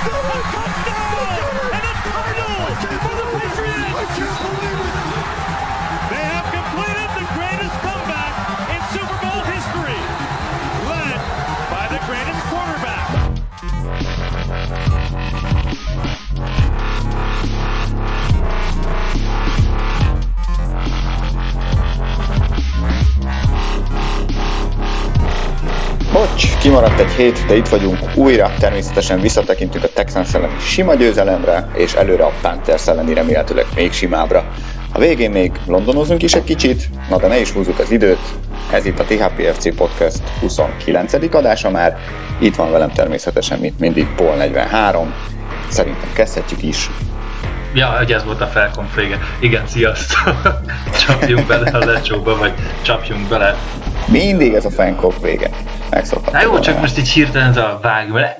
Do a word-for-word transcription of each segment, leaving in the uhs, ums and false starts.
Bocs, kimaradt egy hét, de itt vagyunk újra, természetesen visszatekintünk a Texans elleni sima győzelemre, és előre a Panthers elleni remélhetőleg még simábbra. A végén még londonozunk is egy kicsit, na de ne is húzzuk az időt, ez itt a té há pé ef cé Podcast huszonkilencedik adása már, itt van velem természetesen, mint mindig, Paul negyvenhárom, szerintem kezdhetjük is. Ja, hogy ez volt a felkomp vége. Igen, sziasztok! Csapjunk bele a lecsóba, vagy csapjunk bele. Mindig ez a fankomp vége. Megszokható. Na jó, csak el. Most így hirtelen ez a vág bele.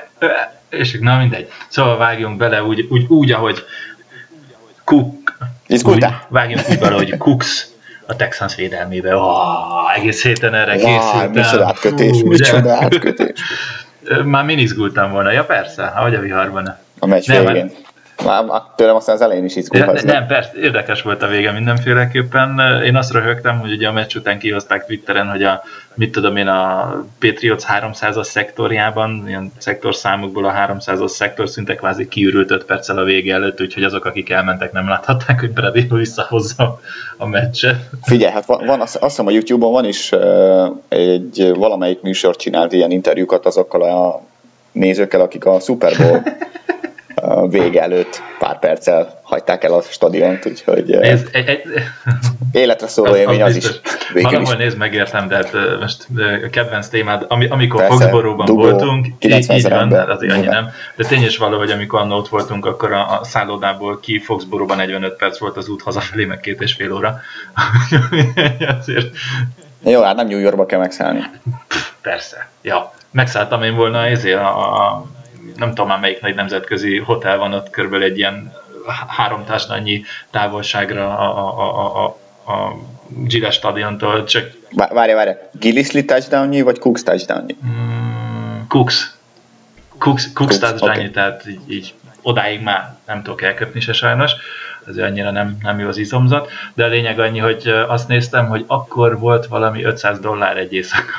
És na mindegy. Szóval vágjunk bele úgy, úgy, úgy ahogy Cook... Úgy, vágjunk úgy bele, hogy Cooks a Texans védelmébe. Oh, egész héten erre wow, készültem. Micsoda átkötés, micsoda átkötés. Már min izgultam volna. Ja persze, ahogy a viharban. A meccs végén. Már tőlem aztán az elején is izgulhatsz. Ja, nem, persze, érdekes volt a vége mindenféleképpen. Én azt röhögtem, hogy ugye a meccs után kihozták Twitteren, hogy a, mit tudom én, a Patriots háromszázas szektorjában, ilyen szektor számokból a háromszázas szektor szinte kvázi kiürült öt perccel a vége előtt, úgyhogy azok, akik elmentek, nem láthatták, hogy Brady visszahozza a meccset. Figyelj, hát van, van, azt hiszem a YouTube-on van is uh, egy valamelyik műsor csinált ilyen interjúkat azokkal a nézőkkel, akik a Super Bowl a vége előtt pár perccel hagyták el a stadiont, úgyhogy nézd, egy, egy, életre szóló élmény az, az is. Valahol nézd, megértem, de hát most a kedvenc témád, amikor Foxborough-ban voltunk, így, így van, azért annyi nem, de tény is való, hogy amikor annól ott voltunk, akkor a, a szállodából ki Foxborough-ban negyvenöt perc volt az út hazafelé, meg két és fél óra. Azért... Jó, hát nem New Yorkba kell megszállni. Persze, ja. Megszálltam én volna ezért a, a nem tudom már melyik nagy nemzetközi hotel van ott, körülbelül egy ilyen három touchdownnyi távolságra a, a, a, a, a Gillette stadiontól, csak... Várj, várj, Gillislee touchdownnyi, vagy Cooks touchdownnyi? Mm, Cooks. Cooks, Cooks touchdownnyi, okay. Tehát így, így odáig már nem tudok elköpni se sajnos, azért annyira nem, nem jó az izomzat, de a lényeg annyi, hogy azt néztem, hogy akkor volt valami ötszáz dollár egy éjszaka.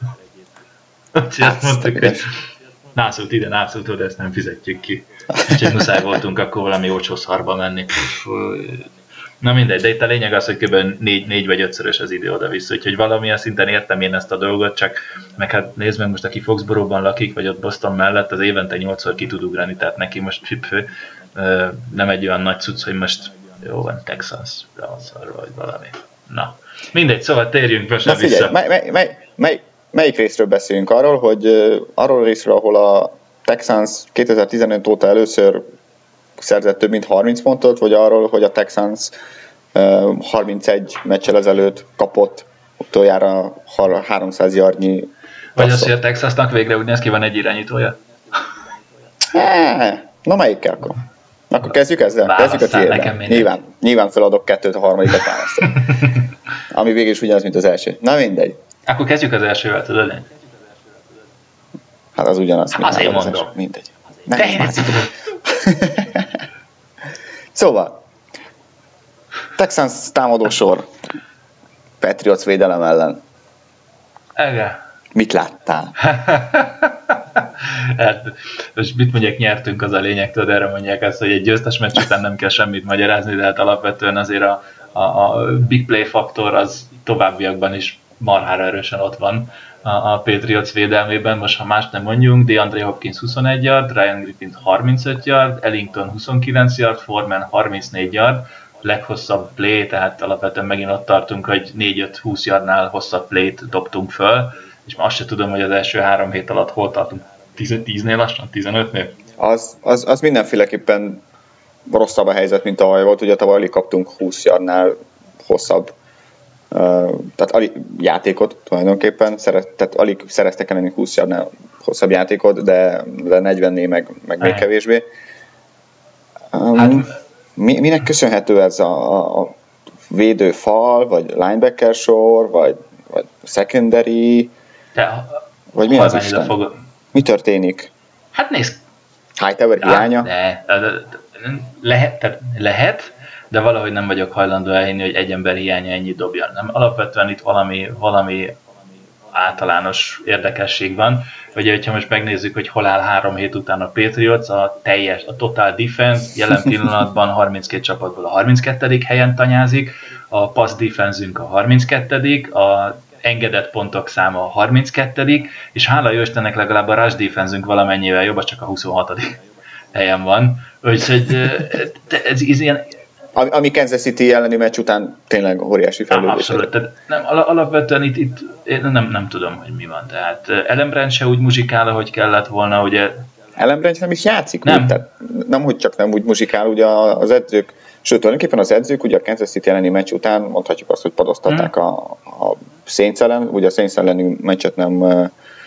Úgyhogy azt mondtuk, hogy nászult ide, nászult oda, ezt nem fizetjük ki. Úgyhogy muszáj voltunk akkor valami olcsó szarba menni. Na mindegy, de itt a lényeg az, hogy kb. négy, négy vagy ötszörös az idő oda-vissza, úgyhogy valamilyen szinten értem én ezt a dolgot, csak meg hát nézd meg most, aki Foxborough-ban lakik, vagy ott Boston mellett, az évente nyolcszor ki tud ugrani, tehát neki most fü, nem egy olyan nagy cucc, hogy most jó van, Texas, szarva, vagy valami. Na, mindegy, szóval térjünk be vissza. Mely, mely, mely, mely, melyik részről beszélünk? Arról, hogy uh, arról a részről, ahol a Texans kétezer-tizenöt óta először szerzett több mint harminc pontot, vagy arról, hogy a Texans uh, harmincegy meccsel ezelőtt kapott utoljára háromszáz yardnyi. Vagy az, hogy a Texasnak végre úgy néz ki, van egy irányítója? Na melyikkel akkor? Akkor kezdjük ezzel? Válasszál, kezdjük a tiéddel. Nyilván, nyilván feladok kettőt, a harmadikat választom. Ami végül is ugyanaz, mint az első. Na mindegy. Akkor kezdjük az elsővel, tudod én? Hát az ugyanaz. Hát azért mondom. Az mindegy. De én ezt tudom. Szóval, Texans támadósor Patriots védelem ellen. Igen. Mit láttál? Hát, most mit mondják, nyertünk, az a lényeg, tudod, erre mondják ezt, hogy egy győztes meccs után nem kell semmit magyarázni, de hát alapvetően azért a, a, a big play faktor az továbbiakban is marhára erősen ott van a, a Patriots védelmében. Most ha más nem mondjunk, DeAndre Hopkins huszonegy yard, Ryan Griffin harmincöt yard, Ellington huszonkilenc yard, Foreman harmincnégy yard, leghosszabb play, tehát alapvetően megint ott tartunk, hogy négy-öt-húsz yardnál hosszabb playt dobtunk föl, és már azt sem tudom, hogy az első három hét alatt hol tartunk. tíznél lassan? tizenötnél? Az, az, az mindenféleképpen rosszabb a helyzet, mint tavaly volt. Ugye tavaly alig kaptunk húsz yardnál hosszabb uh, tehát alig játékot tulajdonképpen, szeret, tehát alig szereztek elleni húsz yardnál hosszabb játékot, de, de negyvennél meg, meg még kevésbé. Um, hát, mi, minek köszönhető ez a, a védőfal, vagy linebacker sor, vagy, vagy secondary, de, vagy mi az Isten? Fog... Mi történik? Hát nézd, Hightower hiánya? De, de, de, lehet, tehát lehet, de valahogy nem vagyok hajlandó elhinni, hogy egy ember hiánya ennyit dobjon. Nem, alapvetően itt valami, valami általános érdekesség van. Ugye, hogyha most megnézzük, hogy hol áll három hét után a Patriots, a teljes, a total defense jelen pillanatban harminckét csapatból a harminckettedik helyen tanyázik, a pass defense-ünk a harminckettedik, a engedett pontok száma a harminckettedik, és hála jó Istennek legalább a rush defense-ünk valamennyivel jobb, csak a huszonhatodik helyen van. Úgyhogy ez, ez ilyen... Ami Kansas City elleni meccs után tényleg óriási fejlődés. Abszolút, tehát nem, alapvetően itt, itt én nem, nem tudom, hogy mi van. Tehát Ellen Brand se úgy muzsikál, ahogy kellett volna, ugye... Ellen Brand nem is játszik nem. úgy, tehát nem, hogy csak nem úgy muzsikál, ugye az edzők, sőt, tulajdonképpen az edzők ugye a Kansas City elleni meccs után mondhatjuk azt, hogy padoztatták hmm. a, a Saints ellen, ugye a Saints elleni meccset nem uh,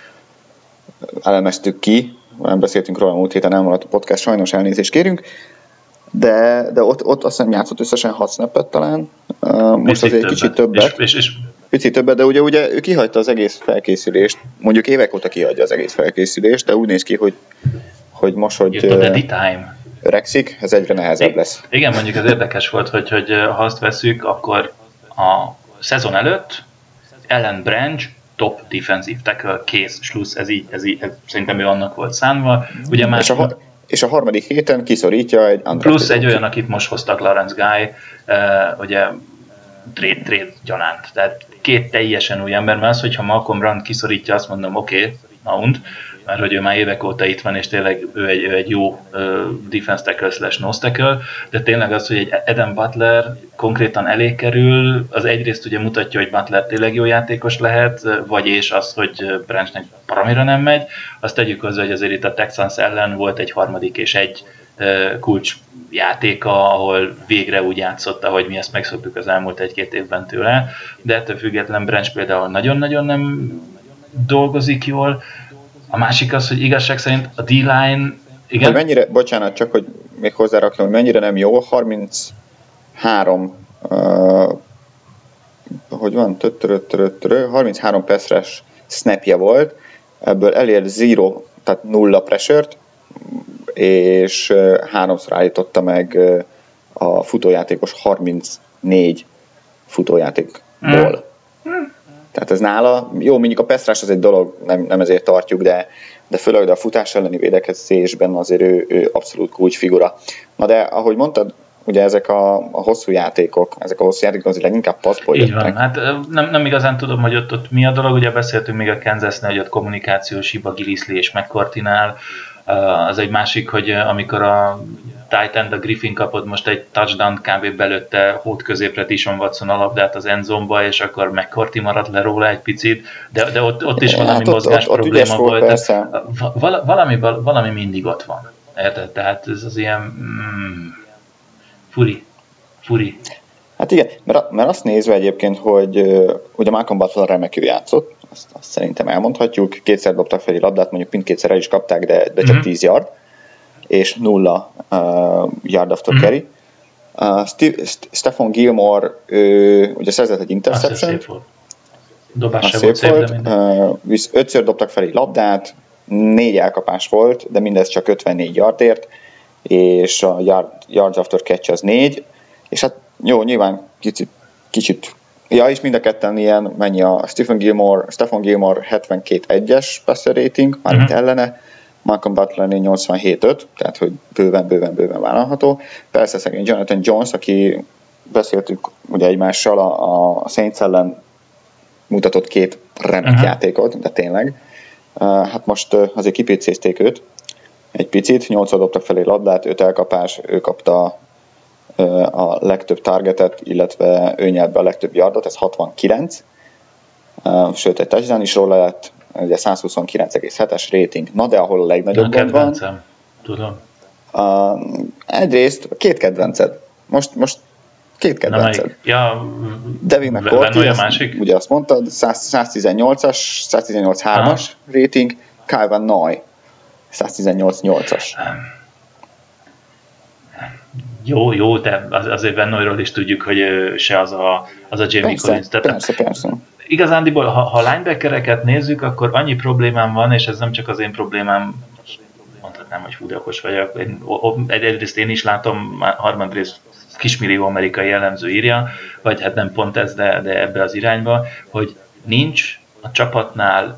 elemeztük ki, nem beszéltünk róla, múlt héten elmaradt a podcast, sajnos elnézést kérünk, de, de ott, ott azt hiszem játszott összesen hat snappet talán, uh, most picit azért egy kicsit többet, és, és, és... picit többet, de ugye, ugye ő kihagyta az egész felkészülést, mondjuk évek óta kihagyja az egész felkészülést, de úgy néz ki, hogy, hogy most, hogy time. öregszik, ez egyre nehezebb lesz. Igen, mondjuk ez érdekes volt, hogy, hogy ha azt veszük, akkor a szezon előtt Ellen Branch top defensive tackle, kész, slussz, ez így, ez így, ez szerintem ő annak volt szánva. Ugye más... és, a, és a harmadik héten kiszorítja egy plusz egy olyan, akit most hoztak, Lawrence Guy, uh, ugye trade, trade gyanánt. Tehát két teljesen új ember, mert az, hogyha Malcolm Brown kiszorítja, azt mondom, oké, okay, mount, mert hogy ő már évek óta itt van, és tényleg ő egy, ő egy jó uh, defense tackle slash nose tackle, de tényleg az, hogy egy Adam Butler konkrétan elé kerül, az egyrészt ugye mutatja, hogy Butler tényleg jó játékos lehet, vagy és az, hogy Branchnek paramira nem megy, azt tegyük hozzá, hogy azért itt a Texans ellen volt egy harmadik és egy uh, kulcs játéka, ahol végre úgy játszott, ahogy mi ezt megszoktuk az elmúlt egy-két évben tőle, de ettől független Branch például nagyon-nagyon nem dolgozik jól. A másik az, hogy igazság szerint a D-line... Igen? Hogy mennyire, bocsánat, csak hogy még hozzárakjam, hogy mennyire nem jó, harminchárom uh, hogy van? Tötörötörötörö, harminchárom pass-rush snapja volt, ebből elért zero, tehát nulla pressure-t, és uh, háromszor állította meg uh, a futójátékos harmincnégy futójátékból. Hmm. Tehát ez nála, jó, mondjuk a pass rush az egy dolog, nem, nem ezért tartjuk, de, de főleg de a futás elleni védekezésben azért ő, ő abszolút kulcsfigura. Na de, ahogy mondtad, ugye ezek a, a hosszú játékok, ezek a hosszú játékok azért leginkább passzból jöttek. Így van, hát nem, nem igazán tudom, hogy ott, ott mi a dolog, ugye beszéltünk még a Kansasnél, hogy ott kommunikációs hiba Gillislee és McCourty-nál, az egy másik, hogy amikor a tight end, a Griffin kapott most egy touchdown, kb. Belőtte hót középre Dishon Watson a labdát az endzone-ba, és akkor McCourty maradt le róla egy picit, de, de ott, ott is valami hát mozgás ott, ott, probléma ott volt. Val, valami, valami mindig ott van. Érted? Tehát ez az ilyen mm, furi. Furi. Hát igen, mert, mert azt nézve egyébként, hogy ugye Malcolm Butler remekül játszott, azt, azt szerintem elmondhatjuk, kétszer dobtak fel egy labdát, mondjuk mindkétszer el is kapták, de, de csak mm-hmm. tíz yard, és nulla uh, yard after mm-hmm. carry. Uh, Steve, Stephon Gilmore, ő, ugye szerzett egy interception. Az volt. Dobás se volt szép, volt. Uh, visz, ötször dobtak fel egy labdát, négy elkapás volt, de mindez csak ötvennégy yardért, és a yard, yards after catch az négy, és hát jó, nyilván kicsit, kicsit ja, és mind a ketten ilyen, mennyi a Stephen Gilmore, Stephon Gilmore hetvenkét egyes passer rating, mármint uh-huh. ellene, Malcolm Butlernél nyolcvanhét öt, tehát hogy bőven, bőven, bőven vállalható. Persze szegény Jonathan Jones, aki beszéltük ugye egymással, a, a Saints ellen mutatott két remek uh-huh. játékot, de tényleg. Uh, hát most uh, azért kipécézték őt egy picit, nyolcszor dobtak felé labdát, öt elkapás, ő kapta a legtöbb targetet, illetve ő nyert be a legtöbb yardot, ez hatvankilenc, sőt egy touchdown is róla lett, ugye százhuszonkilenc egész hetes rating, na de ahol a legnagyobb gond van. Tudom. Uh, egyrészt két kedvenced, most, most két kedvenced. Ja, Devin McCourty, ugye azt mondtad, száztizennyolcas, száztizennyolc hármas rating, Kyle Van Noy, száztizennyolc nyolcas. Jó, jó, de azért Van Noyról is tudjuk, hogy se az a, az a Jamie persze, Collins. Tehát persze, persze. Igazándiból, ha, ha linebackereket nézzük, akkor annyi problémám van, és ez nem csak az én problémám, mondhatnám, hogy hú, de okos vagyok. Én, egyrészt én is látom, harmadrészt kismillió amerikai jellemző írja, vagy hát nem pont ez, de, de ebbe az irányba, hogy nincs a csapatnál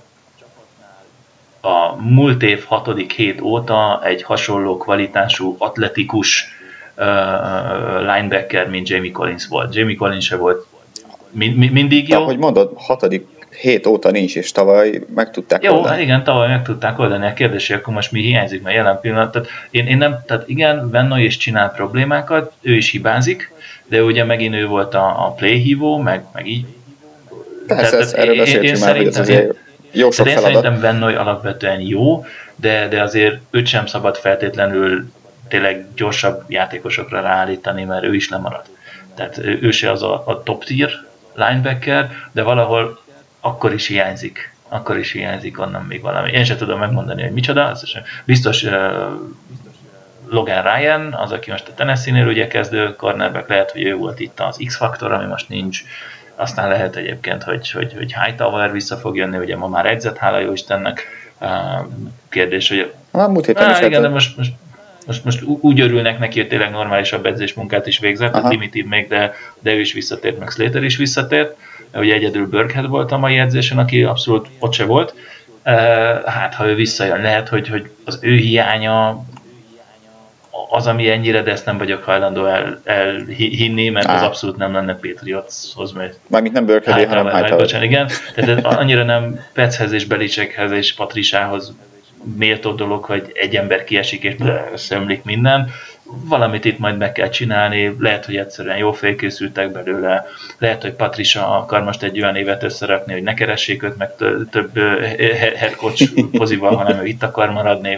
a múlt év hatodik hét óta egy hasonló kvalitású, atletikus uh, linebacker, mint Jamie Collins volt. Jamie Collins se volt mind, mindig jó. De, ahogy mondod, hatodik hét óta nincs, és tavaly meg tudták jó, oldani. Hát igen, tavaly meg tudták oldani. A kérdés, akkor most mi hiányzik, mert jelen pillanat. Tehát én, én nem, tehát igen, Vennoy is csinál problémákat, ő is hibázik, de ugye megint ő volt a, a playhívó, meg, meg így. Persze, tehát, ezt, erről beszéltünk már, hogy ez azért jó sok én feladat. szerintem Vennoy alapvetően jó, de, de azért őt sem szabad feltétlenül tényleg gyorsabb játékosokra ráállítani, mert ő is lemarad. Tehát ő, ő se az a, a top tier linebacker, de valahol akkor is hiányzik. Akkor is hiányzik onnan még valami. Én sem tudom megmondani, hogy micsoda. Biztos uh, Logan Ryan, az, aki most a Tennessee-nél ugye kezdő cornerback, lehet, hogy ő volt itt az X-faktor, ami most nincs. Aztán lehet egyébként, hogy, hogy, hogy Hightower vissza fog jönni, ugye ma már edzett, hála jó Istennek. Uh, kérdés, hogy... Ah, múlt héten is igen, de most, most, most, most úgy örülnek neki, hogy tényleg normálisabb edzésmunkát is végzett, a Dimitri még, de, de ő is visszatért, meg Slater is visszatért. Ugye egyedül Burkhead volt a mai edzésen, aki abszolút ott se volt. Hát, ha ő visszajön, lehet, hogy, hogy az ő hiánya az, ami ennyire, de ezt nem vagyok hajlandó el, elhinni, mert az abszolút nem lenne Patriotshoz. Mármint nem Burkhead, hanem Hightower. Igen, tehát annyira nem Petshez és Belichickhez és Patrisához méltó dolog, hogy egy ember kiesik és összeömlik minden. Valamit itt majd meg kell csinálni, lehet, hogy egyszerűen jól felkészültek belőle, lehet, hogy Patricia akar most egy olyan évet összerakni, hogy ne keressék őt meg több head coach pozival, hanem ő itt akar maradni.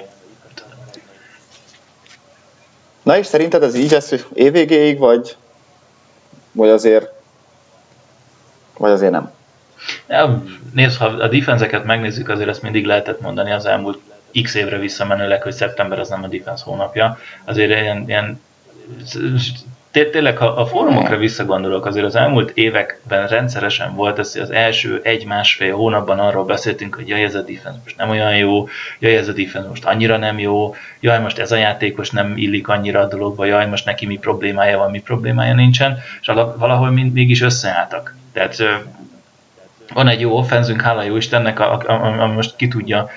Na és szerinted ez így lesz évvégéig, vagy, vagy azért vagy azért nem? Ja, nézd, ha a defense-eket megnézzük, azért ezt mindig lehetett mondani az elmúlt x évre visszamenőleg, hogy szeptember az nem a defense hónapja. Azért ilyen, ilyen tényleg, ha a fórumokra visszagondolok, azért az elmúlt években rendszeresen volt ez, az első egy-másfél hónapban arról beszéltünk, hogy jaj, ez a defense most nem olyan jó, jaj, ez a defense most annyira nem jó, jaj, most ez a játékos nem illik annyira a dologba, jaj, most neki mi problémája van, mi problémája nincsen, és valahol mégis összeálltak. Tehát van egy jó offenzünk, hála jó Istennek, ami most ki tudja,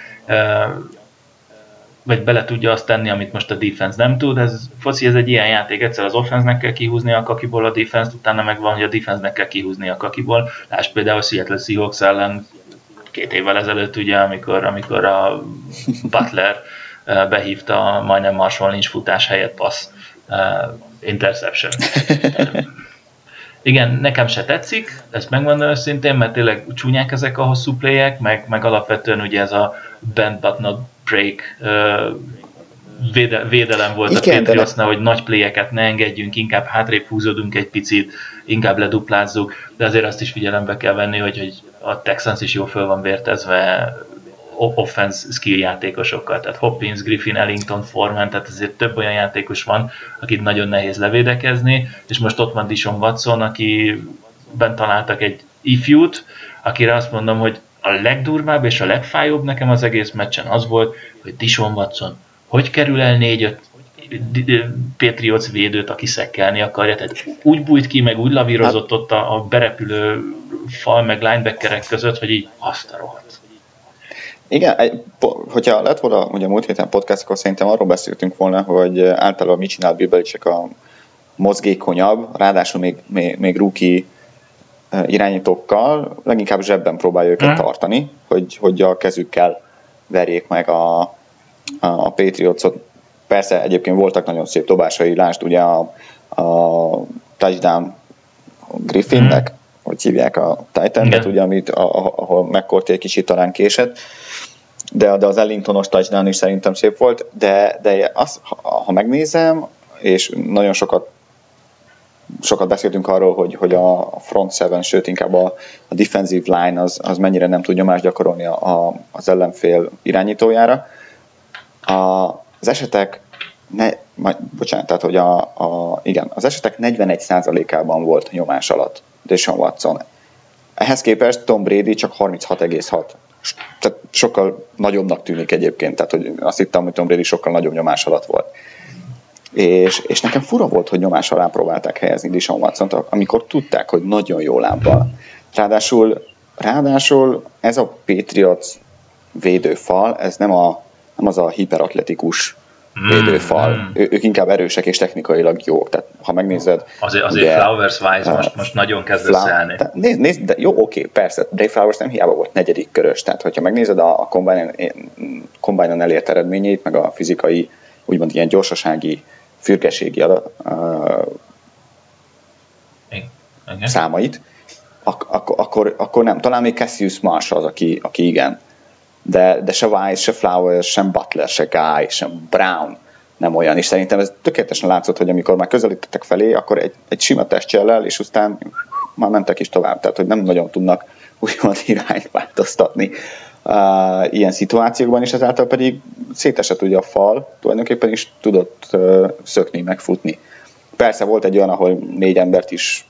vagy bele tudja azt tenni, amit most a defense nem tud. Ez foci, ez egy ilyen játék, egyszer az offense-nek kell kihúzni a kakiból a defense-t, utána meg van, hogy a defense-nek kell kihúzni a kakiból. Lásd például a Seattle Seahawks ellen két évvel ezelőtt, ugye, amikor, amikor a Butler behívta majdnem Marshall Lynch futás helyett passz, interception. Igen, nekem se tetszik, ezt megmondom őszintén, mert tényleg csúnyák ezek a hosszú playek, meg, meg alapvetően ugye ez a bend but not break uh, véde, védelem volt igen, a Patriotsnál, hogy nagy playeket ne engedjünk, inkább hátrébb húzódunk egy picit, inkább leduplázzuk, de azért azt is figyelembe kell venni, hogy, hogy a Texans is jól föl van vértezve offense skill játékosokkal, tehát Hopkins, Griffin, Ellington, Foreman, tehát azért több olyan játékos van, akit nagyon nehéz levédekezni, és most ott van Deshaun Watson, akiben találtak egy ifjút, akire azt mondom, hogy a legdurvább és a legfájóbb nekem az egész meccsen az volt, hogy Deshaun Watson hogy kerül el négy-öt Patriots védőt, aki szekkelni akarja, tehát úgy bújt ki, meg úgy lavírozott ott a, a berepülő fal, meg linebackerek között, hogy így azt a rohadt. Igen, hogyha lett volna ugye múlt héten podcast, akkor szerintem arról beszéltünk volna, hogy általában mit csinál Bill Belichick a mozgékonyabb, ráadásul még, még, még rookie irányítókkal, leginkább zsebben próbálja őket hmm. tartani, hogy, hogy a kezükkel verjék meg a, a Patriotsot. Persze egyébként voltak nagyon szép dobásai, lásd ugye a, a touchdown Griffinnek, hmm. hogy hívják a Titan-et, ugye, amit, ahol McCourty egy kicsit talán késett, de, de az Ellingtonos touchdown is szerintem szép volt, de, de az, ha, ha megnézem, és nagyon sokat sokat beszéltünk arról, hogy, hogy a front seven, sőt inkább a, a defensive line az, az mennyire nem tud nyomást gyakorolni a, a, az ellenfél irányítójára. A, az esetek ne, majd, bocsánat, tehát hogy a, a, igen, az esetek negyvenegy százalékában volt nyomás alatt Deshaun Watson. Ehhez képest Tom Brady csak harminchat egész hat tehát sokkal nagyobbnak tűnik egyébként, tehát hogy azt hittem, hogy Tom Brady sokkal nagyobb nyomás alatt volt. És, és nekem fura volt, hogy nyomás alá próbálták helyezni Deshaun Watsont, amikor tudták, hogy nagyon jó lábbal. Ráadásul, ráadásul ez a Patriots védőfal, ez nem, a, nem az a hiperatletikus védőfal. Mm. Ő, ők inkább erősek és technikailag jók. Tehát, ha megnézed... Azért, azért ugye, Flowers-Wise uh, most, most nagyon kezd összeállni. Nézd, nézd, de jó, oké, persze, Dave Flowers nem hiába volt negyedik körös. Tehát, hogyha megnézed a, a Combine-on elért eredményeit, meg a fizikai, úgymond ilyen gyorsasági, fürgeségi uh, számait, ak- ak- akkor, akkor nem. Talán még Cassius Marshall az, aki, aki igen. De, de se Wise, se Flowers, sem Butler, se Guy, sem Brown nem olyan. És szerintem ez tökéletesen látszott, hogy amikor már közelítettek felé, akkor egy, egy sima testcsellel, és aztán már mentek is tovább. Tehát, hogy nem nagyon tudnak úgymond irányt változtatni uh, ilyen szituációkban, és ezáltal pedig szétesett ugye a fal, tulajdonképpen is tudott uh, szökni, megfutni. Persze volt egy olyan, ahol négy embert is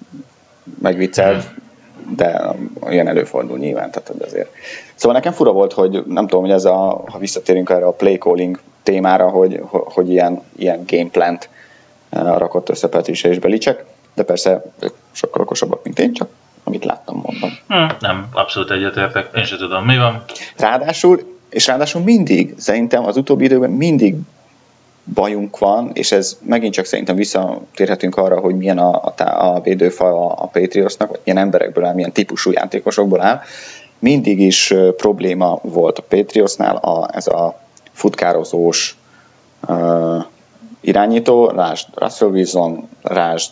megviccelt, de olyan előfordul nyilván, tehát azért. Szóval nekem fura volt, hogy nem tudom, hogy ez a, ha visszatérünk erre a play calling témára, hogy, hogy ilyen, ilyen gameplant rakott össze Patricia és Belichick, de persze ők sokkal okosabbak, mint én, csak amit láttam, mondom. Hmm, nem, abszolút egyetértek, én sem tudom, mi van. Ráadásul, és ráadásul mindig, szerintem az utóbbi időben mindig bajunk van, és ez megint csak szerintem visszatérhetünk arra, hogy milyen a, a, a védőfal a, a Patriotsnak, vagy milyen emberekből áll, milyen típusú játékosokból áll. Mindig is uh, probléma volt a Patriotsnál a, ez a futkározós uh, irányító, lásd Russell Wilson, lásd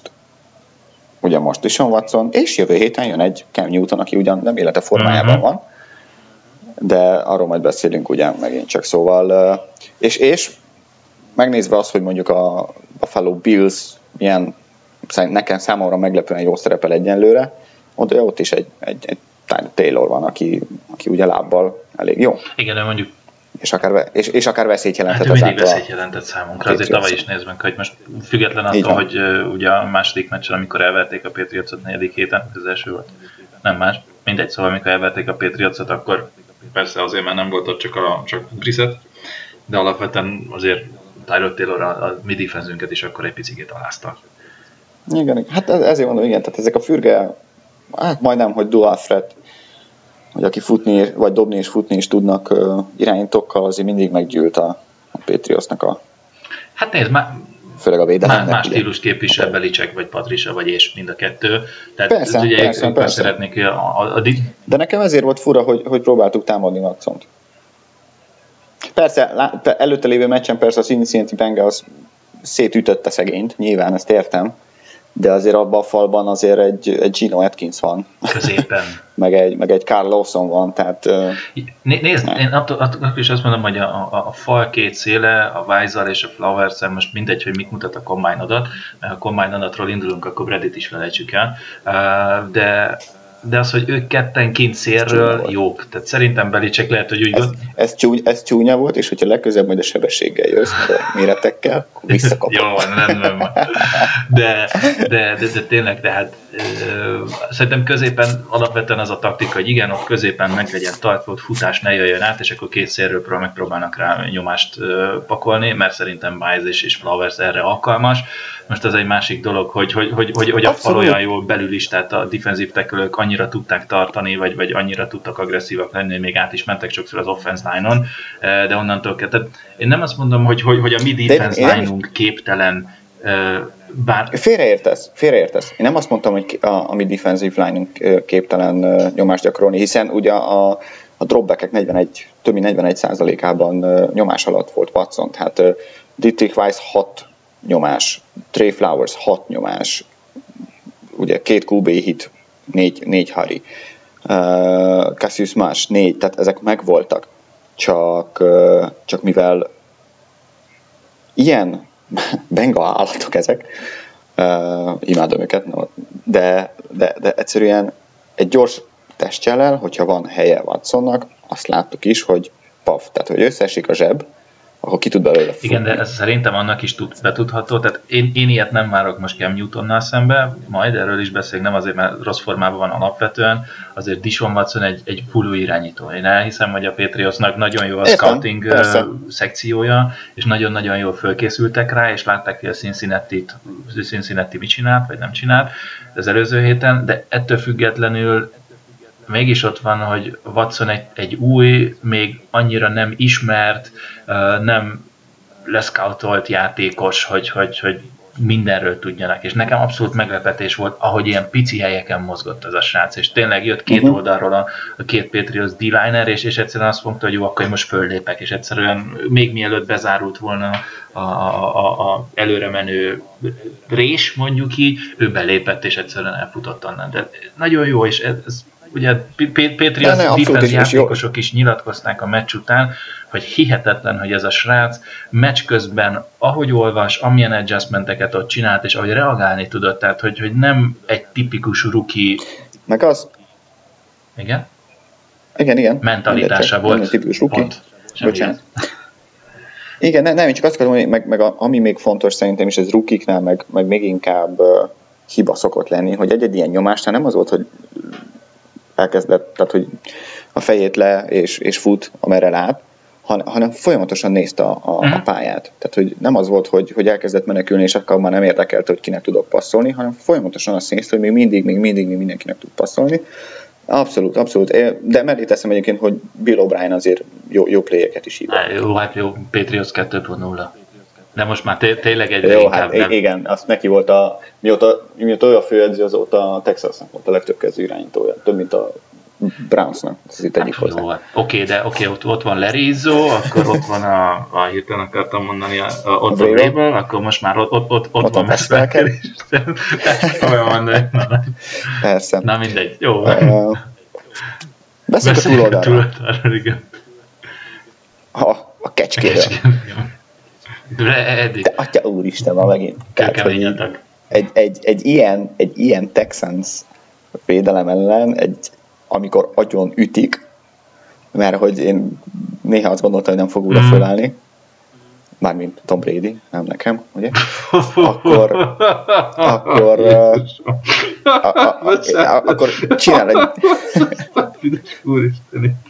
ugye most Deshaun Watson, és jövő héten jön egy Cam Newton, aki ugyan nem élete formájában uh-huh. van, de arról majd beszélünk ugye megint csak, szóval, uh, és, és megnézve azt, hogy mondjuk a Buffalo Bills milyen, nekem számomra meglepően jól szerepel egyenlőre, ott, ott is egy, egy, egy Taylor van, aki, aki ugye lábbal elég jó. Igen, de mondjuk és akár, és, és akár veszélyt jelentett. Hát ő mindig veszélyt jelentett számunkra, azért tavaly is nézd hogy most független attól, hogy uh, ugye a második meccsen, amikor elverték a Patriotsot negyedik héten, az első volt, nem más, mindegy, szóval amikor elverték a Patriotsot, akkor persze azért már nem volt ott csak, a, csak Brissett, de alapvetően azért Tyrod Taylor a, a mi defenzünket is akkor egy picit alázta. Igen, hát ezért mondom, igen, tehát ezek a fürge, hát majdnem, hogy dual threat, hogy aki futni, vagy dobni és futni is tudnak uh, irányítókkal, azért mindig meggyűlt a, a Patriotsnak a... Hát nézd, má, főleg a védelemnek. Más stílus képvisel Belichick, vagy Patricia, vagy és mind a kettő. Tehát persze, ugye persze, ők persze. szeretnék a, a, a... De nekem ezért volt fura, hogy, hogy próbáltuk támadni Watsont. Persze, lá, előtte lévő meccsen persze a Cincinnati Bengals szétütötte szegényt, nyilván ezt értem, de azért abban a falban azért egy, egy Geno Atkins van. Középen. meg, egy, meg egy Carl Lawson van, tehát... Né, nézd, ne. én attól, attól is azt mondom, hogy a, a, a fal két széle, a Weissal és a Flowers-el most mindegy, hogy mit mutat a Combine adat, mert ha a Combine adatról indulunk, akkor Bradit is felejtsük el, de... de az, hogy ők ketten kint szélről jók. Tehát szerintem Belichick lehet, hogy úgy... Ez, ez, csúny, ez csúnya volt, és hogyha legközelebb majd a sebességgel jössz, a méretekkel, akkor visszakapod. Jó, nem, nem. De, de, de, de tényleg, tehát ö, szerintem középen alapvetően az a taktika, hogy igen, ott középen meg legyen tartva, futás ne jöjjön át, és akkor két szélről megpróbálnak rá nyomást ö, pakolni, mert szerintem Wise és, és Flowers erre alkalmas. Most az egy másik dolog, hogy, hogy, hogy, hogy, hogy a fal olyan jól belül is, tehát a defensív tackle-ök annyira tudták tartani, vagy, vagy annyira tudtak agresszívak lenni, hogy még át is mentek sokszor az offense line-on, de onnantól kell. Tehát én nem azt mondom, hogy, hogy, hogy a mi defense line-unk képtelen, bár... Félreértesz, félreértesz. Én nem azt mondtam, hogy a, a mi defensive line-unk képtelen nyomást gyakorolni, hiszen ugye a, a dropback-ek negyvenegy, több mint negyvenegy százalékában nyomás alatt volt Watson, tehát Dietrich Weiss hat nyomás, Trey Flowers hat nyomás, ugye két kú bé hit, négy, négy Harry, uh, Cassius Marsh négy, tehát ezek megvoltak, csak, uh, csak mivel ilyen benga állatok ezek, uh, imádom őket, de, de, de egyszerűen egy gyors testcsellel, hogyha van helye Watsonnak, azt láttuk is, hogy paf, tehát hogy összeesik a zseb, akkor ki tud belőle futni. Igen, de ez szerintem annak is tud, betudható, tehát én, én ilyet nem várok most Cam Newtonnal szembe, majd erről is beszélünk, nem azért, mert rossz formában van alapvetően, azért Deshaun Watson egy, egy full irányító. Én elhiszem, hogy a Patriotsnak nagyon jó a Értem, scouting persze. szekciója, és nagyon-nagyon jól fölkészültek rá, és látták, hogy a Cincinnati, Cincinnati mit csinált, vagy nem csinált az előző héten, de ettől függetlenül mégis ott van, hogy Watson egy, egy új, még annyira nem ismert, nem leszkautolt játékos, hogy, hogy, hogy mindenről tudjanak, és nekem abszolút meglepetés volt, ahogy ilyen pici helyeken mozgott az a srác, és tényleg jött két uh-huh. oldalról a, a két Patriots D-liner, és, és egyszerűen azt mondta, hogy jó, akkor én most föllépek, és egyszerűen még mielőtt bezárult volna a, a, a, a előre menő rés, mondjuk így, ő belépett, és egyszerűen elfutott onnan. De nagyon jó, és ez, ez ugye Patriots defense játékosok is nyilatkozták a meccs után, hogy hihetetlen, hogy ez a srác meccs közben, ahogy olvas, amilyen adjustmenteket ott csinált, és ahogy reagálni tudott, tehát hogy, hogy nem egy tipikus rookie meg az igen? Igen, igen. mentalitása nem volt. Nem egy tipikus rookie. Pont. Bocsánat. Igen, nem, nem, én csak azt akarom, hogy meg, meg a, ami még fontos szerintem is, ez rookiknál, meg, meg még inkább uh, hiba szokott lenni, hogy egy-egy ilyen nyomásnál nem az volt, hogy elkezdett, tehát hogy a fejét le és, és fut, amerre lát, han, hanem folyamatosan nézte a, a, a pályát. Tehát, hogy nem az volt, hogy, hogy elkezdett menekülni, és akkor már nem érdekelte, hogy kinek tudok passzolni, hanem folyamatosan azt nézte, hogy még mindig, még mindig, még mindenkinek tud passzolni. Abszolút, abszolút. De mellé teszem egyébként, hogy Bill O'Brien azért jó, jó playeket is hívott. Jó, hát jó, Patriots kettő pont nulla. De most már té- tényleg egy jó, hát nem. Igen, azt neki volt a, mióta, mióta ő a főedző, azóta a Texasnak volt a legtöbb kezdő irányítója, több, mint a Brownsnak. Ez itt egyik hát, oké, okay, de oké, okay, ott, ott van Larry Izzo, akkor ott van a, a hirtelen akartam mondani, a, a, ott a Vrabel, akkor most már ott, ott, ott, ott, ott van Messelker is. Olyan mondani. Persze. Na mindegy, jó. Uh, Beszéljük a túloldalról. igen. A, a kecskéről. Te atya úristen, ma megint. Keményetek. Egy, egy, egy, ilyen, egy ilyen Texans védelem ellen, egy, amikor agyon ütik, mert hogy én néha azt gondoltam, hogy nem fog újra fölállni, mármint Tom Brady, nem nekem, ugye? Akkor akkor uh, a, a, a, akkor csinál egy úristen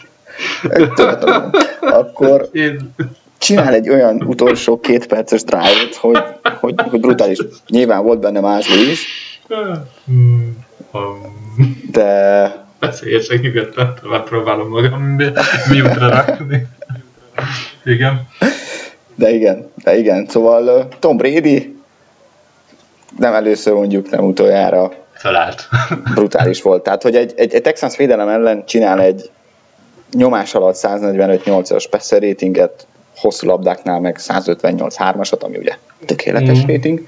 akkor csinál egy olyan utolsó két perces drive-ot, hogy, hogy, hogy brutális. Nyilván volt benne mázló is, de beszéljessek nyugodtan, tovább próbálom magam mute-ra rakni. Igen. De igen, de igen. Szóval Tom Brady nem először mondjuk, nem utoljára felállt. Brutális volt. Tehát, hogy egy, egy, egy Texans védelem ellen csinál egy nyomás alatt száznegyvenöt nyolcas passer ratinget, hosszú labdáknál meg százötvennyolc hármasat, ami ugye tökéletes mm. rating.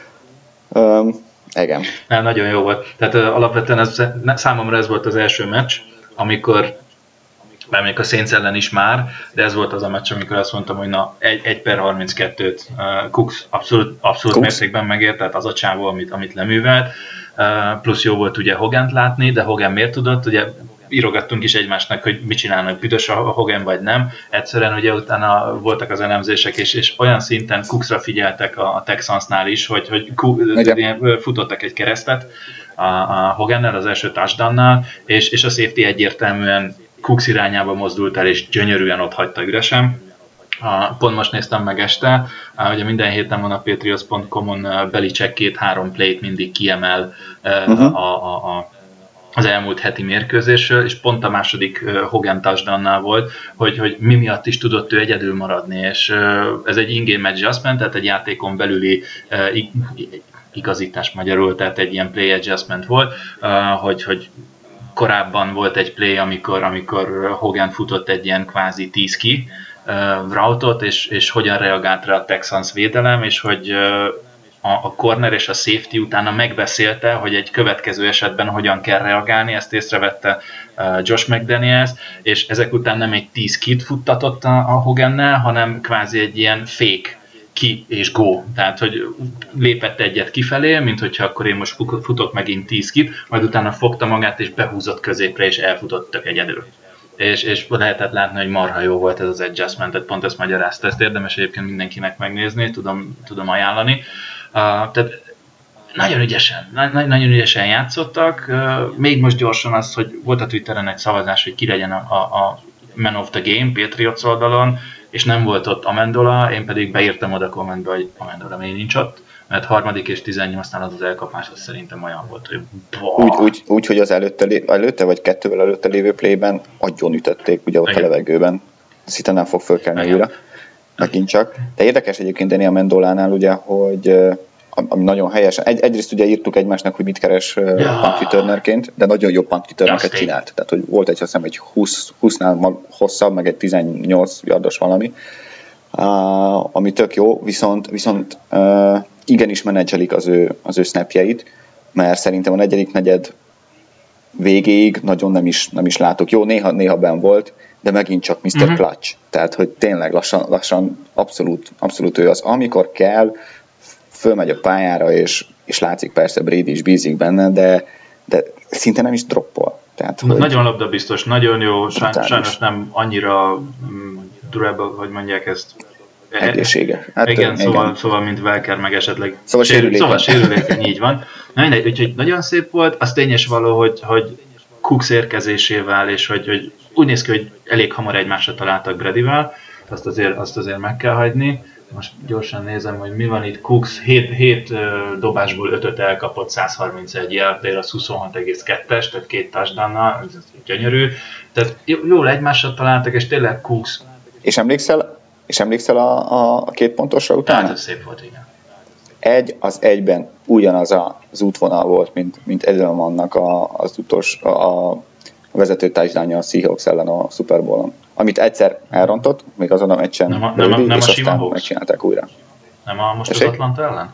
Um, igen. Nem, nagyon jó volt. Tehát uh, alapvetően ez, számomra ez volt az első meccs, amikor már még a Saints ellen is már, de ez volt az a meccs, amikor azt mondtam, hogy na, egy per harminckettőt uh, Cooks abszolút, abszolút mértékben megért, tehát az a csávó, amit, amit leművelt. Uh, plusz jó volt ugye Hogant látni, de Hogan miért tudott? Ugye írogattunk is egymásnak, hogy mit csinálnak, büdös a Hogan vagy nem. Egyszerűen ugye utána voltak az elemzések, és, és olyan szinten Cooksra figyeltek a, a Texansnál is, hogy, hogy futottak egy keresztet a, a Hogannel, az első touchdownnal, és, és a safety egyértelműen Cooks irányába mozdult el, és gyönyörűen ott hagyta üresen. Uh, pont most néztem meg este, uh, ugye minden héten van a patriots pont com-on uh, Belichick két-három playt mindig kiemel uh, uh-huh. a, a, a, az elmúlt heti mérkőzésről, és pont a második uh, Hogan touchdownnál volt, hogy, hogy mi miatt is tudott ő egyedül maradni, és uh, ez egy in-game adjustment, tehát egy játékon belüli uh, ig- igazítás magyarul, tehát egy ilyen play adjustment volt, uh, hogy, hogy korábban volt egy play, amikor, amikor Hogan futott egy ilyen kvázi tíz ki uh, routot, és, és hogyan reagált rá a Texans védelem, és hogy uh, a, a corner és a safety utána megbeszélte, hogy egy következő esetben hogyan kell reagálni, ezt észrevette uh, Josh McDaniels, és ezek után nem egy tíz kit futtatott a, a Hogannel, hanem kvázi egy ilyen fake ki és go. Tehát, hogy lépett egyet kifelé, mint hogyha akkor én most futok megint tíz kit, majd utána fogta magát és behúzott középre, és elfutott tök egyedül. és, és lehetett látni, hogy marha jó volt ez az adjustment, tehát pont ezt magyarázta, ezt érdemes egyébként mindenkinek megnézni, tudom, tudom ajánlani. Uh, tehát nagyon ügyesen, na- nagyon ügyesen játszottak, uh, még most gyorsan az, hogy volt a Twitteren egy szavazás, hogy ki legyen a, a, a Man of the Game Patriots oldalon, és nem volt ott Amendola, én pedig beírtam oda kommentbe, hogy Amendola még nincs ott, mert harmadik és tizennyolcnál az az elkapás, az szerintem olyan volt, hogy úgy, úgy, úgy, hogy az előtte, előtte vagy kettővel előtte lévő playben agyon ütötték, ugye ott igen. A levegőben. Azt hittem nem fog fölkelni igen. Újra. Megint csak. De érdekes egyébként Dani Amendolánál ugye, hogy ami nagyon helyesen, egy, egyrészt ugye írtuk egymásnak, hogy mit keres ja. punt returnerként, de nagyon jó punt returneket ja, csinált. Tehát, hogy volt egy, azt hiszem, egy húsz, húsznál hosszabb, meg egy tizennyolc yardos valami, uh, ami tök jó, viszont, viszont uh, igenis menedzselik az ő, az ő snapjeit, mert szerintem a negyedik negyed végéig nagyon nem is, nem is látok. Jó, néha, néha benn volt, de megint csak miszter Uh-huh. Clutch. Tehát, hogy tényleg lassan, lassan abszolút, abszolút ő az. Amikor kell, fölmegy a pályára, és, és látszik persze, Brady is bízik benne, de, de szinte nem is droppol. Tehát, hogy nagyon labdabiztos, nagyon jó, sajnos, sajnos nem annyira um, durable, hogy mondják ezt. Egészsége. Hát, igen, igen. Szóval, szóval, mint Welker, meg esetleg szóval sérülékeny. Szóval sérülékeny, így van. Na mindegy, úgyhogy nagyon szép volt, az tényes való, hogy, hogy Cooks érkezésével, és hogy, hogy úgy néz ki, hogy elég hamar egymásra találtak Bradyvel, azt azért, azt azért meg kell hagyni. Most gyorsan nézem, hogy mi van itt. Cooks hét dobásból ötöt elkapott, száz harmincegy yardért, az huszonhat egész kettes, tehát két touchdownnal, ez gyönyörű. Tehát jól egymásra találtak, és tényleg Cooks. És emlékszel, és emlékszel a, a, a két pontosra utána? Tehát ez szép volt, igen. Egy az egyben ugyanaz a, az útvonal volt, mint, mint Edelmannak a, az utolsó, a, a vezető touchdownja a Seahawks ellen a Super Bowl-on. Amit egyszer elrontott, még azon a meccsen nem a, nem a, nem és a aztán Hawks. Megcsinálták újra. Nem a most Eség? Az Atlanta ellen?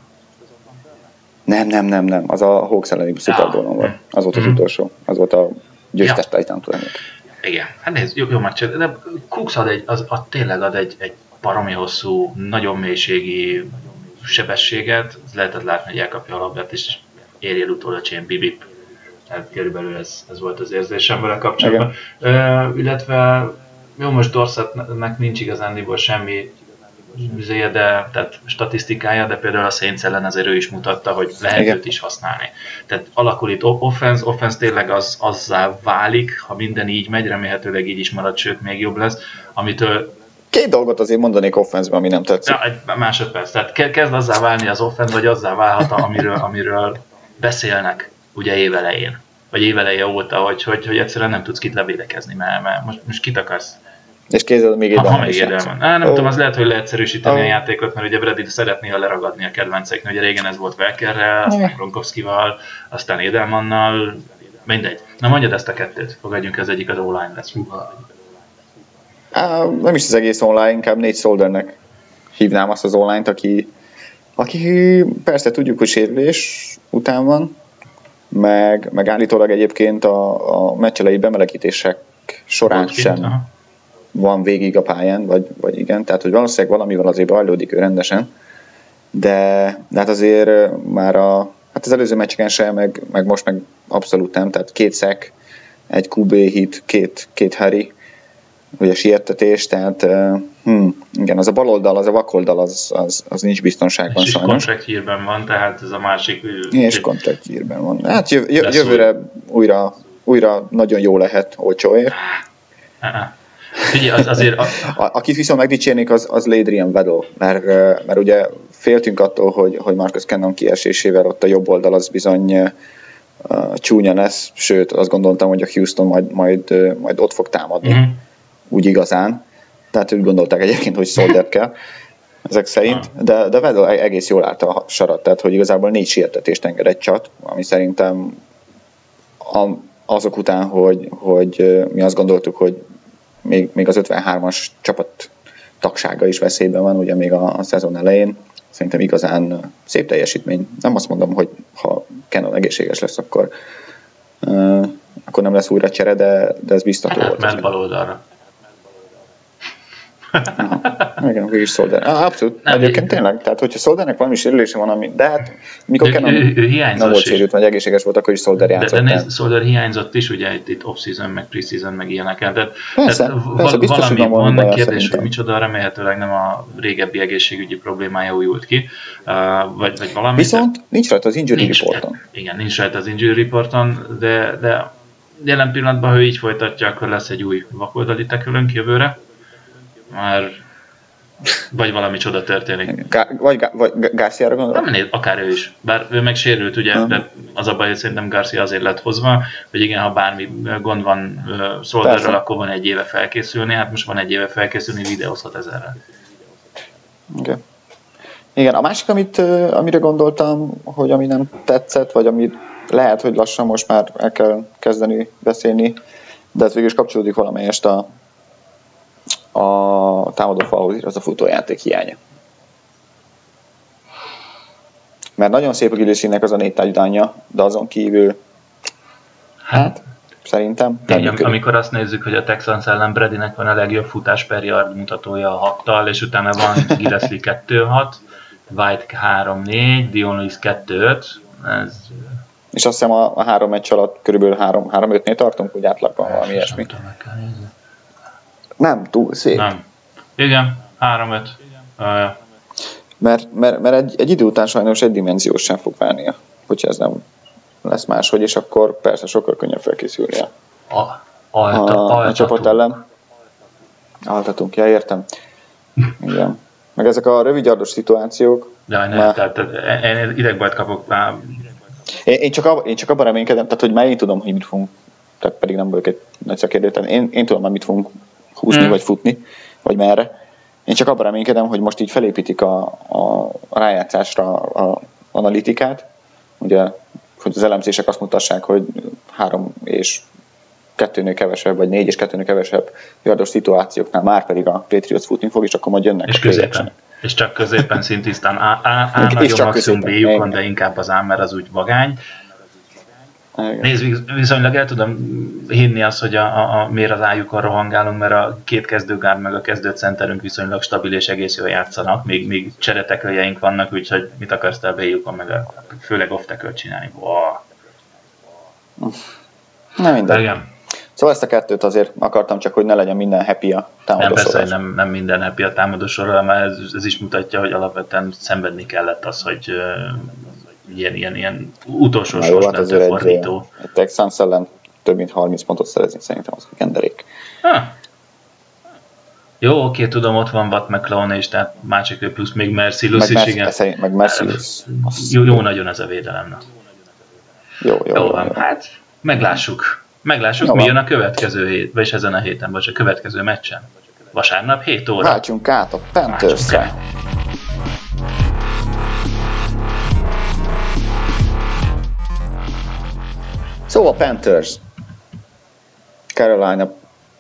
Nem, nem, nem, nem. Az a Hawks elleni Super Bowl-on volt. Az volt az mm. utolsó. Az volt a győztes ja. Titan tulajdonképpen. Igen, hát nézd, jó, jó meccs. De Cooks ad egy, az, az tényleg ad egy, egy baromi hosszú, nagyon mélységi sebességet. Lehetett látni, hogy elkapja a labdát, és érjél utól a chain bibip. Tehát körülbelül ez, ez volt az érzésem vele kapcsolatban. Uh, illetve jó, most Dorsettnek nincs igazándiból semmi üzéje, de, tehát statisztikája, de például a Saints ellen azért ő is mutatta, hogy lehet igen. őt is használni. Tehát alakul itt offense, offense tényleg az, azzá válik, ha minden így megy, remélhetőleg így is marad, sőt még jobb lesz, amitől két dolgot azért mondanék offense-ben, ami nem tetszik. Ja, egy másodperc, tehát kezd azzá válni az offense, vagy azzá válhat, amiről, amiről beszélnek ugye évelején, vagy éveleje óta, hogy, hogy, hogy egyszerűen nem tudsz kit levédekezni, mert, mert most, most kit akarsz. És kézzel még Edelman. Ha, ha még Edelman. Nem oh. tudom, az lehet, hogy leegyszerűsíteni oh. a játékot, mert ugye Brady szeretné, ha leragadni a kedvenceknek. Ugye régen ez volt Welkerrel, aztán Gronkowskival, aztán Edelmannal, mindegy. Na mondjad ezt a kettőt, fogadjunk, ez egyik az online lesz. Uh, nem is az egész online, inkább Nate Soldernek hívnám azt az online-t, aki, aki persze tudjuk, hogy sérülés után van, meg, meg állítólag egyébként a, a meccselei bemelegítések során Volt sem kint, van végig a pályán, vagy, vagy igen, tehát hogy valószínűleg valamivel azért bajlódik ő rendesen, de, de hát azért már a, hát az előző meccseken sem, meg, meg most meg abszolút nem, tehát két sack, egy kú bé hit, két, két Harry, ugye sietetés, tehát hm, igen, az a baloldal, az a vakoldal, az, az, az nincs biztonságban és sajnos. És contract yearben van, tehát ez a másik... És contract yearben van. Hát jö, jö, jövőre újra, újra nagyon jó lehet olcsóért. Figyelj, az, azért... A... A, akit viszont megdicsérnék, az, az Ladrian Weddle, mert, mert ugye féltünk attól, hogy, hogy Marcus Cannon kiesésével ott a jobb oldal az bizony uh, csúnya lesz, sőt azt gondoltam, hogy a Houston majd, majd, uh, majd ott fog támadni. Mm-hmm. Úgy igazán. Tehát úgy gondolták egyébként, hogy Solder kell ezek szerint, de, de Weddle egész jól állta a sarat, tehát hogy igazából négy sietetést engedett csat, ami szerintem a, azok után, hogy, hogy mi azt gondoltuk, hogy még, még az ötvenhármas csapat tagsága is veszélyben van, ugye még a, a szezon elején, szerintem igazán szép teljesítmény. Nem azt mondom, hogy ha Cannon egészséges lesz, akkor, uh, akkor nem lesz újra csere, de, de ez biztató hát, volt. Ment bal oldalra. Igen, végig Solder. Ah, abszolút. Nem, egyébként tényleg. Tehát, hogyha Soldernek valami sérülése van, ami... De hát, mikor Cannon nem volt sérült, vagy egészséges volt, akkor is Solder játszott. De, de nézd, Solder hiányzott is, ugye itt, itt off-season, meg pre-season, meg ilyeneken. Tehát, persze, tehát persze, val- biztos, valami van, van kérdés, szerintem. hogy micsoda, remélhetőleg nem a régebbi egészségügyi problémája újult ki, uh, vagy, vagy valami. Viszont de, nincs rajta az injury nincs, reporton. Igen, nincs rajta az injury reporton, de, de jelen pillanatban, ha ő így folytatja, akkor lesz egy új vakoldali tekülünk jövőre. Már vagy valami csoda történik. Gá- vagy, Gá- vagy Garciára gondolok? Nem, akár ő is. Bár ő meg sérült, ugye, uh-huh. de az a baj, hogy szerintem Garcia azért lett hozva, hogy igen, ha bármi gond van uh, Solderrel, akkor van egy éve felkészülni, hát most van egy éve felkészülni, videózhat ezerrel. Okay. Igen, a másik, amit, uh, amire gondoltam, hogy ami nem tetszett, vagy ami lehet, hogy lassan most már el kell kezdeni beszélni, de ez végül is kapcsolódik valamelyest a a támadófalhoz, az a futójáték hiánya. Mert nagyon szép a Gillisnek az a négy touchdownja, de azon kívül hát szerintem nem am- amikor azt nézzük, hogy a Texans ellen Bradynek van a legjobb futás per yard mutatója a hattal, és utána van Gillespie kettő hat, White három négy, Dion Lewis kettő öt, ez... És azt hiszem a, a három meccs alatt körülbelül három ötnél tartunk, úgy átlagban valami ilyesmi. Nem, túl szép. Nem. Igen, három öt. Uh, mert mert, mert egy, egy idő után sajnos egy dimenziós sem fog válnia, hogyha ez nem lesz máshogy, és akkor persze sokkal könnyebb felkészülnie. A, alta, a, a csapat ellen. Altatunk, ja, értem. Igen. Meg ezek a rövidgyardos szituációk. De nem, tehát én idegbajt kapok már. Én, én, csak ab, én csak abban reménykedem, tehát hogy már én tudom, hogy mit fogunk, tehát pedig nem vagyok egy nagy szakértő, tehát én, én tudom már mit fogunk húzni, hmm. vagy futni, vagy merre. Én csak abban reménykedem, hogy most így felépítik a, a, a rájátszásra a analitikát, ugye, hogy az elemzések azt mutassák, hogy három és kettőnél kevesebb, vagy négy és kettőnél kevesebb yardos szituációknál már pedig a Patriots futni fog, és akkor majd jönnek és a középen. És csak középen szintisztán A, A, A nagyon maximum B-jukon, de inkább az A, mert az úgy vagány. Nézd, viszonylag el tudom hinni azt, hogy a, a, a, miért az ájukon rohangálunk, mert a két kezdőgárd meg a kezdőcenterünk viszonylag stabil és egész jól játszanak, még, még cseretekeljeink vannak, úgyhogy mit akarsz te a B-jukon, meg a, főleg off-tackle csinálni. Wow. Nem minden. Igen. Szóval ezt a kettőt azért akartam csak, hogy ne legyen minden happy a támadósorral. Nem, persze, nem, nem minden happy a támadósorral, mert ez, ez is mutatja, hogy alapvetően szenvedni kellett az, hogy uh, ilyen, ilyen, ilyen utolsó sorstentő fordító. Egy, egy Texans ellen több mint harminc pontot szerezni szerintem az kenderék. Ha. Jó, oké, tudom, ott van Watt McClown is, tehát másik plusz még Mercilus is, igen. Szerint, meg Mercilus. Jó, jó nagyon ez a védelem. Jó, jó, jó, jó, van, jó. Hát meglássuk. Meglássuk, jó, mi jön a következő hét, vagyis ezen a héten, vagy a következő meccsen. Vasárnap hét óra. Váltsunk át a Panthers-re. Szóval Panthers. Carolina.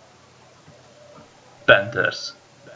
Panthers.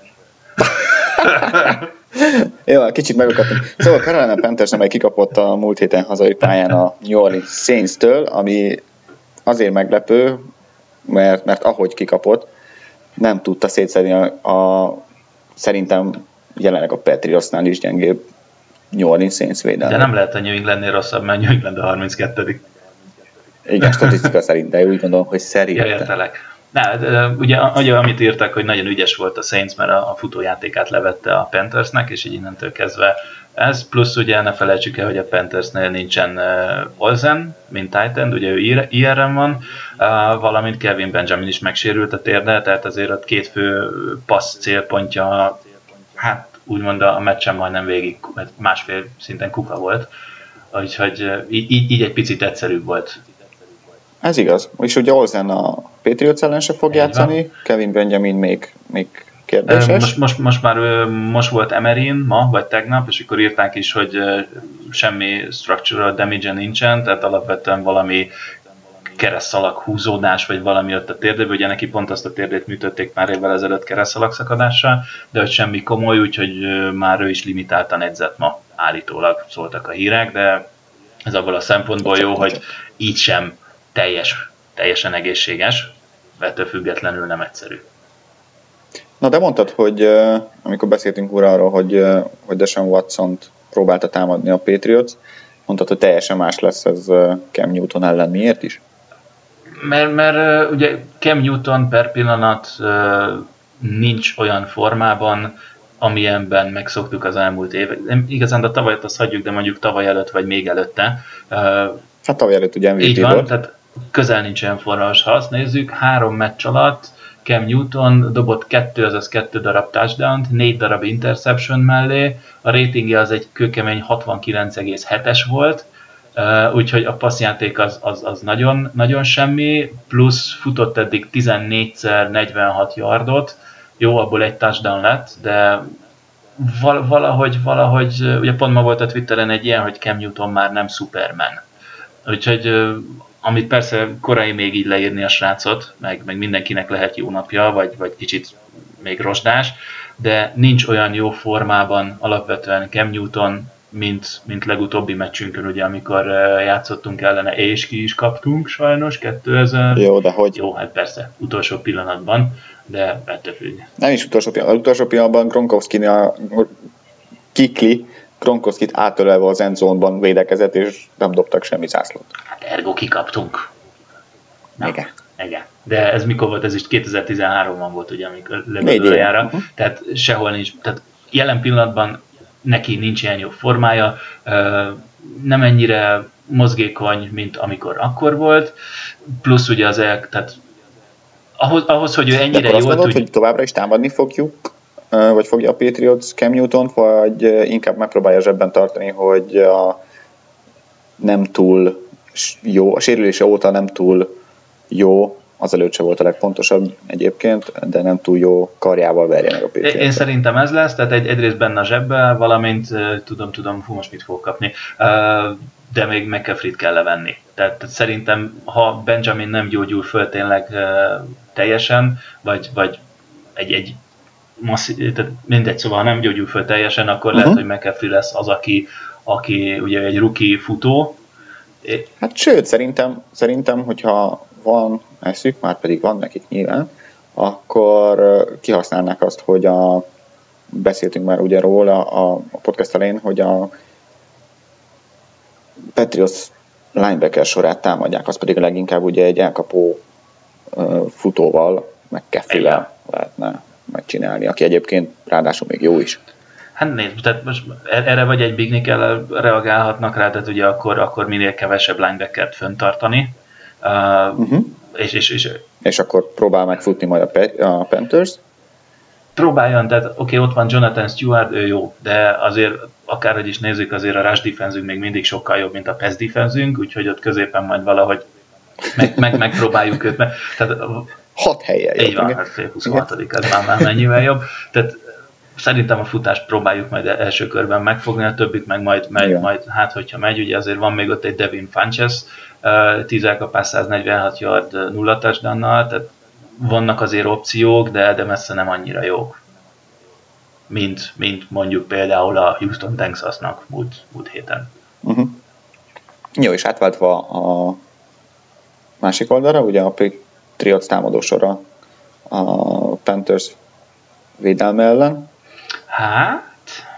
Jó, kicsit megakadtunk. Szóval Carolina Panthers, amely kikapott a múlt héten hazai pályán a New Orleans Saints-től, ami azért meglepő, mert, mert ahogy kikapott, nem tudta szétszedni a, a szerintem jelenleg a Patriotsnál is gyengébb New Orleans Saints védelme. De nem lehet a New Englandnél rosszabb, mert New England a harminckettedik Igen, statisztika szerint, de úgy gondolom, hogy szerintem. Ja, értelek. Na, de, ugye, ugye amit írtak, hogy nagyon ügyes volt a Saints, mert a, a futójátékát levette a Panthersnek, és így innentől kezdve ez, plusz ugye ne felejtsük el, hogy a Panthersnél nincsen uh, Olsen, mint Titan, ugye ő I R-en van, uh, valamint Kelvin Benjamin is megsérült a térde, tehát azért ott két fő passz célpontja, hát úgymond a meccsen majdnem végig másfél szinten kuka volt, úgyhogy uh, így, így egy picit egyszerűbb volt. Ez igaz. És ugye Olsen a Patriots ellen se fog játszani, Kevin Benjamin még, még kérdéses. Most, most, most már most volt Emerin ma, vagy tegnap, és akkor írták is, hogy semmi structural damage nincsen, tehát alapvetően valami keresztszalag húzódás, vagy valami ott a térdéből, ugye neki pont azt a térdét műtötték pár évvel ezelőtt keresztszalag szakadással, de hogy semmi komoly, úgyhogy már ő is limitáltan edzett ma, állítólag szóltak a hírek, de ez abból a szempontból jó, hogy így sem teljes, teljesen egészséges, ettől függetlenül nem egyszerű. Na de mondtad, hogy uh, amikor beszéltünk újra arról, hogy, uh, hogy Deshaun Watsont próbálta támadni a Patriots, mondtad, hogy teljesen más lesz ez uh, Cam Newton ellen. Miért is? Mert, mert uh, ugye Cam Newton per pillanat uh, nincs olyan formában, amilyenben megszoktuk az elmúlt évek. Nem, igazán a tavalyt azt hagyjuk, de mondjuk tavaly előtt, vagy még előtte. Uh, hát tavaly előtt ugye em vé pé így van, volt. Tehát közel nincs olyan formás. Ha azt nézzük, három meccs alatt Cam Newton dobott kettő, azaz kettő darab touchdown-t, négy darab interception mellé, a ratingje az egy kőkemény hatvankilenc egész hetes volt, uh, úgyhogy a passzjáték az, az, az nagyon, nagyon semmi, plusz futott eddig tizennégyszer negyvenhat yardot, jó, abból egy touchdown lett, de val- valahogy, valahogy, ugye pont ma volt a Twitteren egy ilyen, hogy Cam Newton már nem Superman. Úgyhogy amit persze korai még így leírni a srácot, meg, meg mindenkinek lehet jó napja, vagy, vagy kicsit még rozsdás, de nincs olyan jó formában alapvetően Cam Newton, mint, mint legutóbbi meccsünkön, ugye, amikor játszottunk ellene, és ki is kaptunk sajnos kétezer. Jó, de hogy? Jó, hát persze, utolsó pillanatban, de ettől függ. Nem is utolsó pillanatban. Az utolsó pillanatban Gronkowski-nál Kikli Gronkowskit átölelve az endzone-ban védekezett, és nem dobtak semmi zászlót. Hát ergo kikaptunk. Na, igen. Igen. De ez mikor volt? Ez is kétezer-tizenháromban volt, ugye, amikor legutóbbiára. Uh-huh. Tehát sehol nincs. Tehát jelen pillanatban neki nincs ilyen jó formája, nem ennyire mozgékony, mint amikor akkor volt, plusz ugye az el, tehát ahhoz, ahhoz hogy ő ennyire jól tudja... hogy továbbra is támadni fogjuk, vagy fogja a Patriots Cam Newtont, vagy inkább megpróbálja zsebben tartani, hogy a nem túl jó, a sérülése óta nem túl jó, azelőtt se volt a legfontosabb egyébként, de nem túl jó karjával verje meg a Patriots. Én szerintem ez lesz, tehát egy, egyrészt benne a zsebbel, valamint uh, tudom, tudom, hú, most mit fogok kapni, uh, de még McCaffrey-t kell levenni. Tehát, tehát szerintem, ha Benjamin nem gyógyul föl tényleg uh, teljesen, vagy, vagy egy, egy masszív, tehát mindegy, szóval ha nem gyógyul föl teljesen, akkor uh-huh. lehet, hogy McCaffrey lesz az, aki, aki ugye egy rookie futó. Hát sőt, szerintem, szerintem hogyha van eszük, már pedig van nekik nyilván, akkor kihasználnák azt, hogy a, beszéltünk már ugye róla a, a podcast elején, hogy a Patriots linebacker sorát támadják, az pedig leginkább ugye egy elkapó uh, futóval, meg Caffrey-vel lehetne megcsinálni, aki egyébként ráadásul még jó is. Hát nézd, tehát most erre vagy egy Big Nickel reagálhatnak rá, tehát ugye akkor, akkor minél kevesebb linebackert föntartani. Uh, uh-huh. és, és, és, és akkor próbál megfutni majd a, Pe- a Panthers. Próbáljon, tehát oké, okay, ott van Jonathan Stewart, ő jó, de azért akárhogy is nézzük, azért a rush defensünk még mindig sokkal jobb, mint a pass defensünk, úgyhogy ott középen majd valahogy meg, meg, megpróbáljuk őt. Tehát, hat helyen jobb. Így van, hát huszonhatodik ez már, már mennyivel jobb. Tehát szerintem a futást próbáljuk majd első körben megfogni, a többit meg majd, majd, majd hát hogyha megy, ugye azért van még ott egy Devin Funchess, tíz elkapás, száznegyvenhat yard, nulla touchdownnal, tehát vannak azért opciók, de, de messze nem annyira jók, mint, mint mondjuk például a Houston Texasnak múlt, múlt héten. Uh-huh. Jó, és átváltva a másik oldalra, ugye a Patriots támadósora a Panthers védelme ellen. Hát,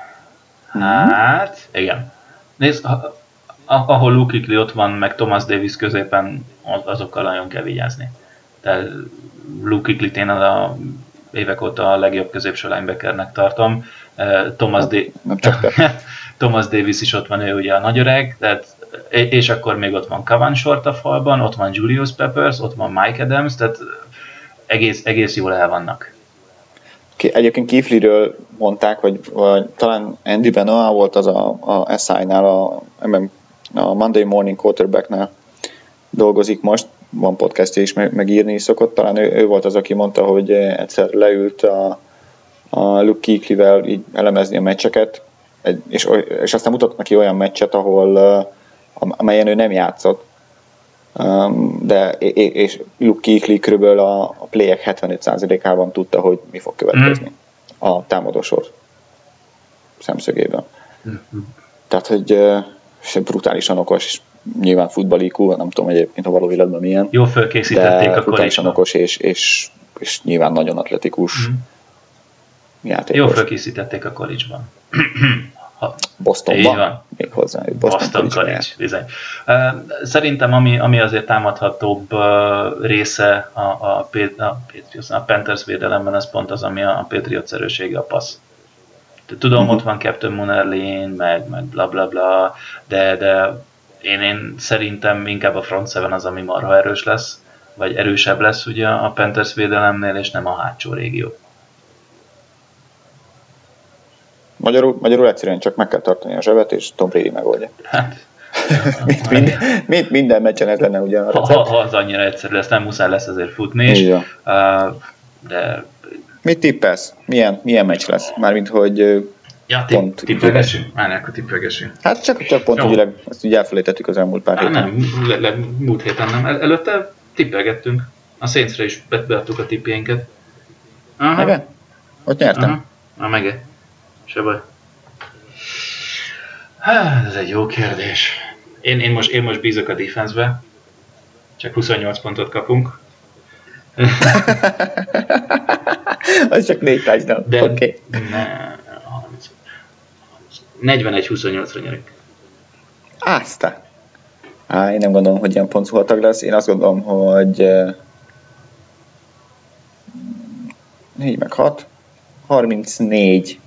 hát, igen. Nézd, ahol Luke Kuechly ott van, meg Thomas Davis középen, azokkal nagyon kell vigyázni. Tehát Luke Kuechlyt én a évek óta a legjobb középső linebackernek tartom. Thomas, da- Thomas Davis is ott van, ő ugye a nagy öreg, tehát, és akkor még ott van Kavan Short a falban, ott van Julius Peppers, ott van Mike Adams, tehát egész, egész jól el vannak. Egyébként Kuechlyről mondták, hogy vagy talán Andy Benoit volt az a, a es i-nál, a, a Monday Morning Quarterbacknál dolgozik most, van podcastja is, meg, megírni is szokott, talán ő, ő volt az, aki mondta, hogy egyszer leült a, a Luke Kuechlyvel így elemezni a meccseket, és, és aztán mutatott neki olyan meccset, ahol amelyen ő nem játszott, de és Luke Kuechly körülbelül a, a playek hetvenöt százalékában tudta, hogy mi fog következni mm. a támadósor szemszögéből. Mm-hmm. Tehát, hogy brutálisan okos, és nyilván futballikú, nem tudom egyébként a való életben milyen. Jó fölkészítették de akkor brutálisan okos, és, és, és nyilván nagyon atletikus. Mm. játékos. Jó felkészítették a college-ban. Bostonban? Még hozzá. Boston, Boston College, bizony. Szerintem ami, ami azért támadhatóbb része a, a, a, a Panthers védelemben, az pont az, ami a Patriots erősége, a passz. Tudom, uh-huh. ott van Captain Monerlin, meg, meg bla bla bla, de, de én, én szerintem inkább a front seven az, ami marha erős lesz, vagy erősebb lesz ugye a Panthers védelemnél, és nem a hátsó régió. Magyarul, magyarul egyszerűen csak meg kell tartani a zsebet, és Tom Brady megoldja. Hát, mint, minden, mint minden meccsen ez lenne ugyan a recept. Ha, ha az annyira egyszerű lesz, nem muszáj lesz azért futni is. Uh, de... Mit tippelsz? Milyen, milyen meccs lesz? Mármint, hogy ja, pont... Tippelgessünk? Már akkor tippelgessünk. Hát csak, csak pont, hogy ezt így elfelejtettük az elmúlt pár Há, héten. Nem, le, le, múlt héten nem. El, előtte tippelgettünk. A Saintsre is beadtuk a tippjénket. Aha. Mege? Ott nyertem. Aha. Na, mege. Se baj. Hát, ez egy jó kérdés. Én, én, most, én most bízok a defense-be. Csak huszonnyolc pontot kapunk. Az csak négy touchdown. De okay. ne, negyvenegy huszonnyolcra nyerünk. Ázta. Á, én nem gondolom, hogy ilyen pontszóhatag lesz. Én azt gondolom, hogy négy meg hat, harmincnégy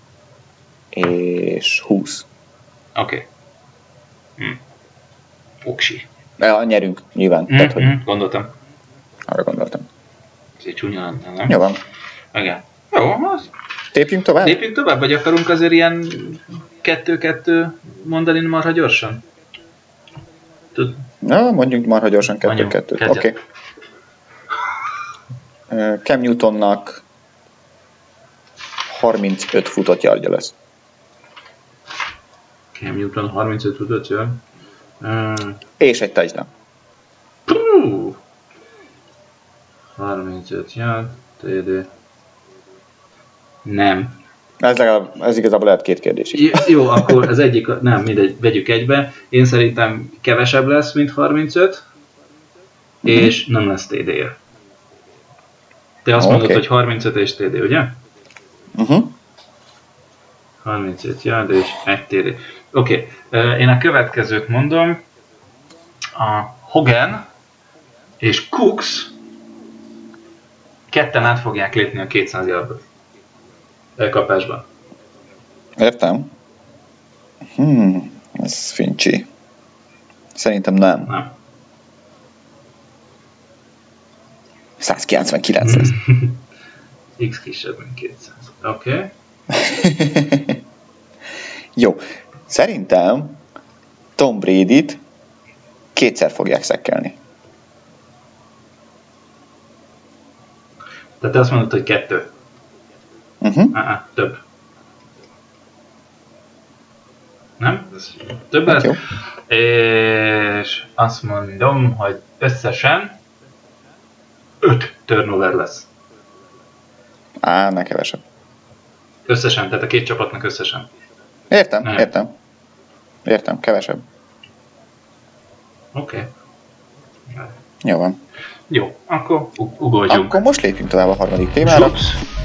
és húsz. Oké. Okay. Hm. Oksi. Ja, nyerünk, nyilván. Mm, Tehát, hogy mm, gondoltam. Arra gondoltam. Ez egy csúnya lenne, nem? Jó van. Igen. Jó, az. Lépjünk tovább? Lépjünk tovább, vagy akarunk azért ilyen kettő-kettő mondani marha gyorsan? Tud? Na, mondjuk marha gyorsan kettő-kettőt. Oké. Okay. Cam Newtonnak harmincöt futott yardja lesz. Cam Newton harmincöt futott, jön. Uh, és egy touchdown. Puh! harmincöt yard, té dé. Nem. Ez, legalább, ez igazából lehet két kérdés is. Jó, akkor az egyik, nem, mindegy, vegyük egybe. Én szerintem kevesebb lesz, mint harmincöt, uh-huh. és nem lesz té dé-je. Te azt okay. mondod, hogy harmincöt és té dé, ugye? Uh-huh. harmincöt yard és egy té dé. Oké, okay. Én a következőt mondom. A Hogan és Cooks ketten át fogják lépni a kétszáz yardot elkapásban. Értem. Hmm, ez fincsi. Szerintem nem. Nem. százkilencvenkilenc lesz. X kisebb, mint kétszáz. Oké. Okay. Jó. Szerintem Tom Bradyt kétszer fogják szekkelni. Tehát te azt mondod, hogy kettő. Uh-huh. Uh-uh, több. Nem? Ez több lesz? Hát és azt mondom, hogy összesen öt turnover lesz. Á, ne kevesebb. Összesen, tehát a két csapatnak összesen. Értem, Nem. értem. Értem, kevesebb. Oké. Okay. Jó van. Jó, akkor ugorjunk. Akkor most lépjünk tovább a harmadik témára. Ups.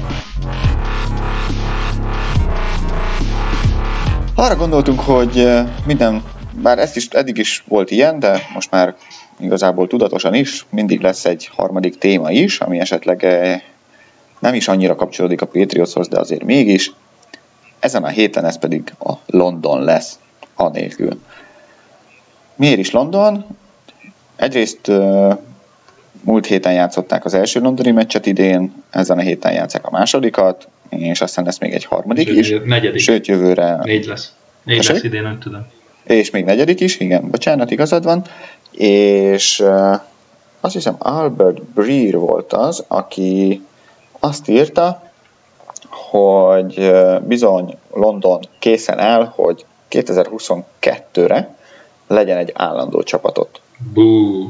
Arra gondoltunk, hogy minden, bár ezt is, eddig is volt ilyen, de most már igazából tudatosan is, mindig lesz egy harmadik téma is, ami esetleg nem is annyira kapcsolódik a Patriotshoz, de azért mégis. Ezen a héten ez pedig a London lesz, anélkül. Miért is London? Egyrészt múlt héten játszották az első londoni meccset idén, ezen a héten játszák a másodikat, és aztán lesz még egy harmadik is. Negyedik. Sőt, jövőre... Négy lesz. Négy Esek? lesz idén, úgy tudom. És még negyedik is, igen, bocsánat, igazad van. És uh, azt hiszem Albert Breer volt az, aki azt írta, hogy uh, bizony London készen áll, hogy kétezer-huszonkettőre legyen egy állandó csapatot. Bú.